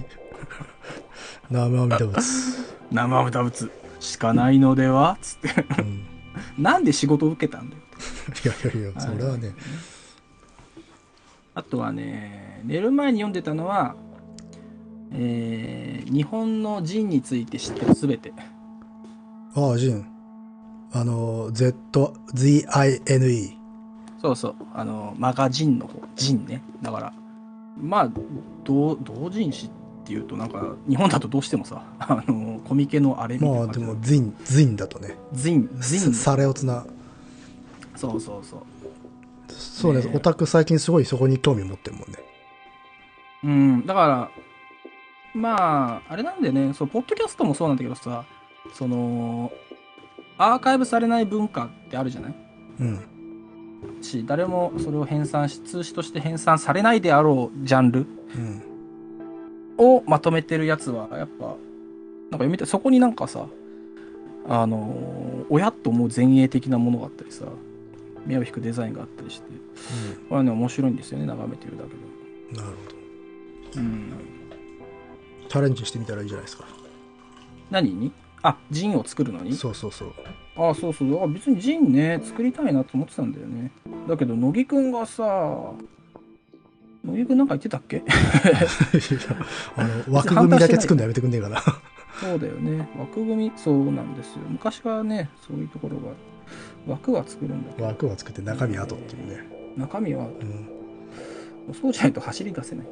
生阿弥陀仏生阿弥陀仏しかないのではつって、うん、なんで仕事を受けたんだよって。 いやいやいや、それはね。 あとはね、寝る前に読んでたのは、えー、日本のジンについて知ってるすべて。 ああ、ジン。あの、Z、ゼットアイエヌイー。 そうそう。あの、マガジンの方、ジンね。だから、まあ、同人誌っていうと、なんか、日本だとどうしてもさ、あの、コミケのあれみたいな感じ。 まあ、でも、ズイン、ズインだとね。 ズイン、ズイン。 サレオツな。 そうそうそう。 そうね、オタク最近すごいそこに興味持ってるもんね。 うん、だから、まあ、あれなんでね、そう、ポッドキャストもそうなんだけどさ、その、アーカイブされない文化ってあるじゃない？うん。し、誰もそれを編纂し、通誌として編纂されないであろうジャンルをまとめてるやつは、やっぱ、なんか読みたい、そこになんかさ、あの、親と思う前衛的なものがあったりさ、目を引くデザインがあったりして、うん、これはね、面白いんですよね、眺めてるだけで。 なるほど。うん。チャレンジしてみたらいいじゃないですか。 何に？あ、ジンを作るのに？ そうそうそう。 ああ、そうそう。あ、別にジンね、作りたいなと思ってたんだよね。だけど、乃木くんがさ、乃木くんなんか言ってたっけ？ あの、枠組みだけ作るのやめてくんねえかな。 そうだよね。枠組み、そうなんですよ。昔はね、そういうところが、枠は作るんだけど。 枠は作って中身後っていうね。 中身は、うん、そうじゃないと走り出せない。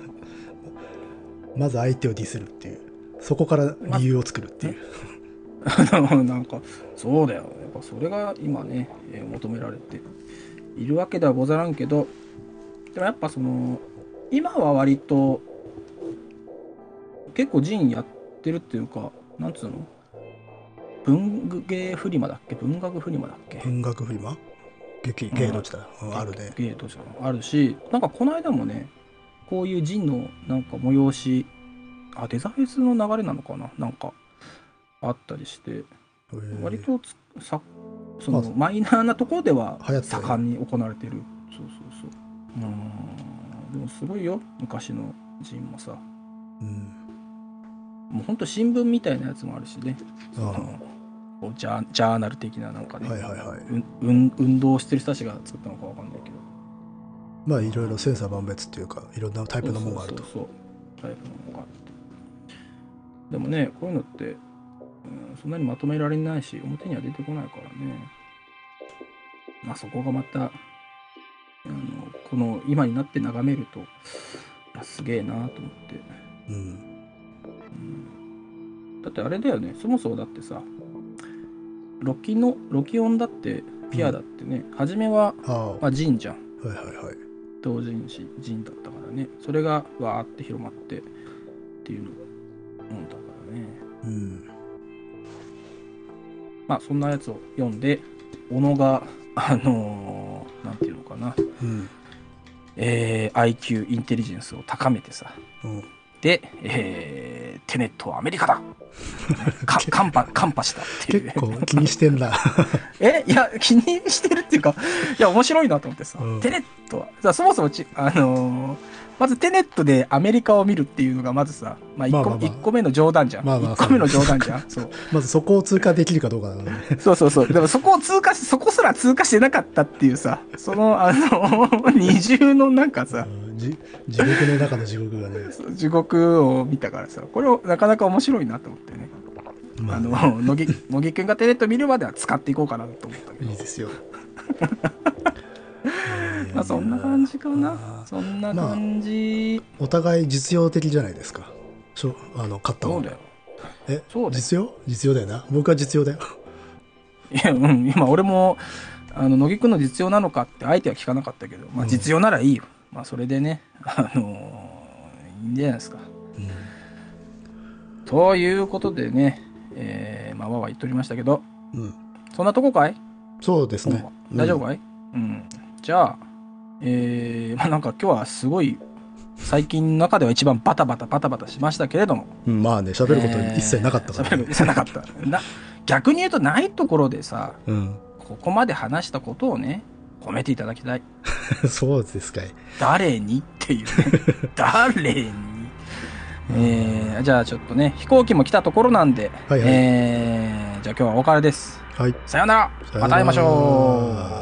まず相手をディスるっていう。そこから理由を作るっていう。 なんか、そうだよ。やっぱそれが今ね、えー、求められているわけではござらんけど、でもやっぱその、今は割と、結構ジンやってるっていうか、なんつうの？文芸フリマだっけ？文学フリマだっけ？ 文学フリマ？劇、芸能時代、うん、あるね。 芸能時代あるし、なんかこの間もね、こういうジンのなんか催し、あ、デザフェスの流れなのかな？なんか、あったりして、割とさそのマイナーなところでは盛んに行われてる。そうそうそう。うん、でもすごいよ、昔のジンもさ。うん、もうほんと新聞みたいなやつもあるしね。そのジャー、ジャーナル的ななんかね、はいはいはい、う運運動してる人たちが作ったのかわかんないけど。 まあいろいろ千差万別っていうか、いろんなタイプのものがあると。そうそうそう、タイプのものがあると。 でもね、こういうのって、うん、そんなにまとめられないし、表には出てこないからね。まあそこがまた、あのこの今になって眺めると、すげえなと思って。うん、うん。だってあれだよね、そもそもだってさ、ロキの、ロキオンだって、ピアだってね、うん、初めは、まあ、ジンじゃん。はいはいはい。同人誌、ジンだったからね。それがわーって広まってっていうのもんだからね。うん。まあそんなやつを読んで、小野が、あのー、なんていうのかな。うん。えー、アイキュー、インテリジェンスを高めてさ。うん。で、えー、っテネットはアメリカだかカンパ、カンパしたっていう、ね。 結構気にしてんだ。 えいや、気にしてるっていうか、いや、面白いなと思ってさ、うん、テネットは、さそもそもち、あのー、まずテネットでアメリカを見るっていうのがまずさ、まあ 1, 個、まあまあまあ、いっこめの冗談じゃん。まあまあ、いっこめの冗談じゃん。そう。 まずそこを通過できるかどうかだね。 そうそうそう。でもそこを通過し、そこすら通過してなかったっていうさ、その、あの、二重のなんかさ、 地獄の中の地獄がね。 地獄を見たからさ、これをなかなか面白いなと思ってね。まあ、ね、あの、乃木、乃木くんがテネット見るまでは使っていこうかなと思ったけど。 いいですよ。 まあそんな感じかな。そんな感じ、 まあ。お互い実用的じゃないですか。しょあの買ったの。 そうだよ。 え、 そうだよ。 実用？実用だよな。僕は実用だよ。 いや、うん、今俺も、あの、乃木くんの実用なのかって相手は聞かなかったけど、まあ実用ならいいよ。うん、まあそれでね、あのー、いいんじゃないですか。うん、ということでね、えー、まあわわ言っておりましたけど、うん、そんなとこかい？ そうですね。 大丈夫かい？うん、うん。じゃあ、えー、まあなんか今日はすごい、最近の中では一番バタバタバタバタしましたけれども。 うん、まあね、喋ること一切なかったから、 ね。喋、えー、ること一切なかった。な、逆に言うとないところでさ、うん、ここまで話したことをね、褒めていただきたい。 そうですかい。 誰にっていうね。誰に。えー、じゃあちょっとね、飛行機も来たところなんで、はいはい、えー、じゃあ今日はお別れです。 はい。 さようなら。また会いましょう。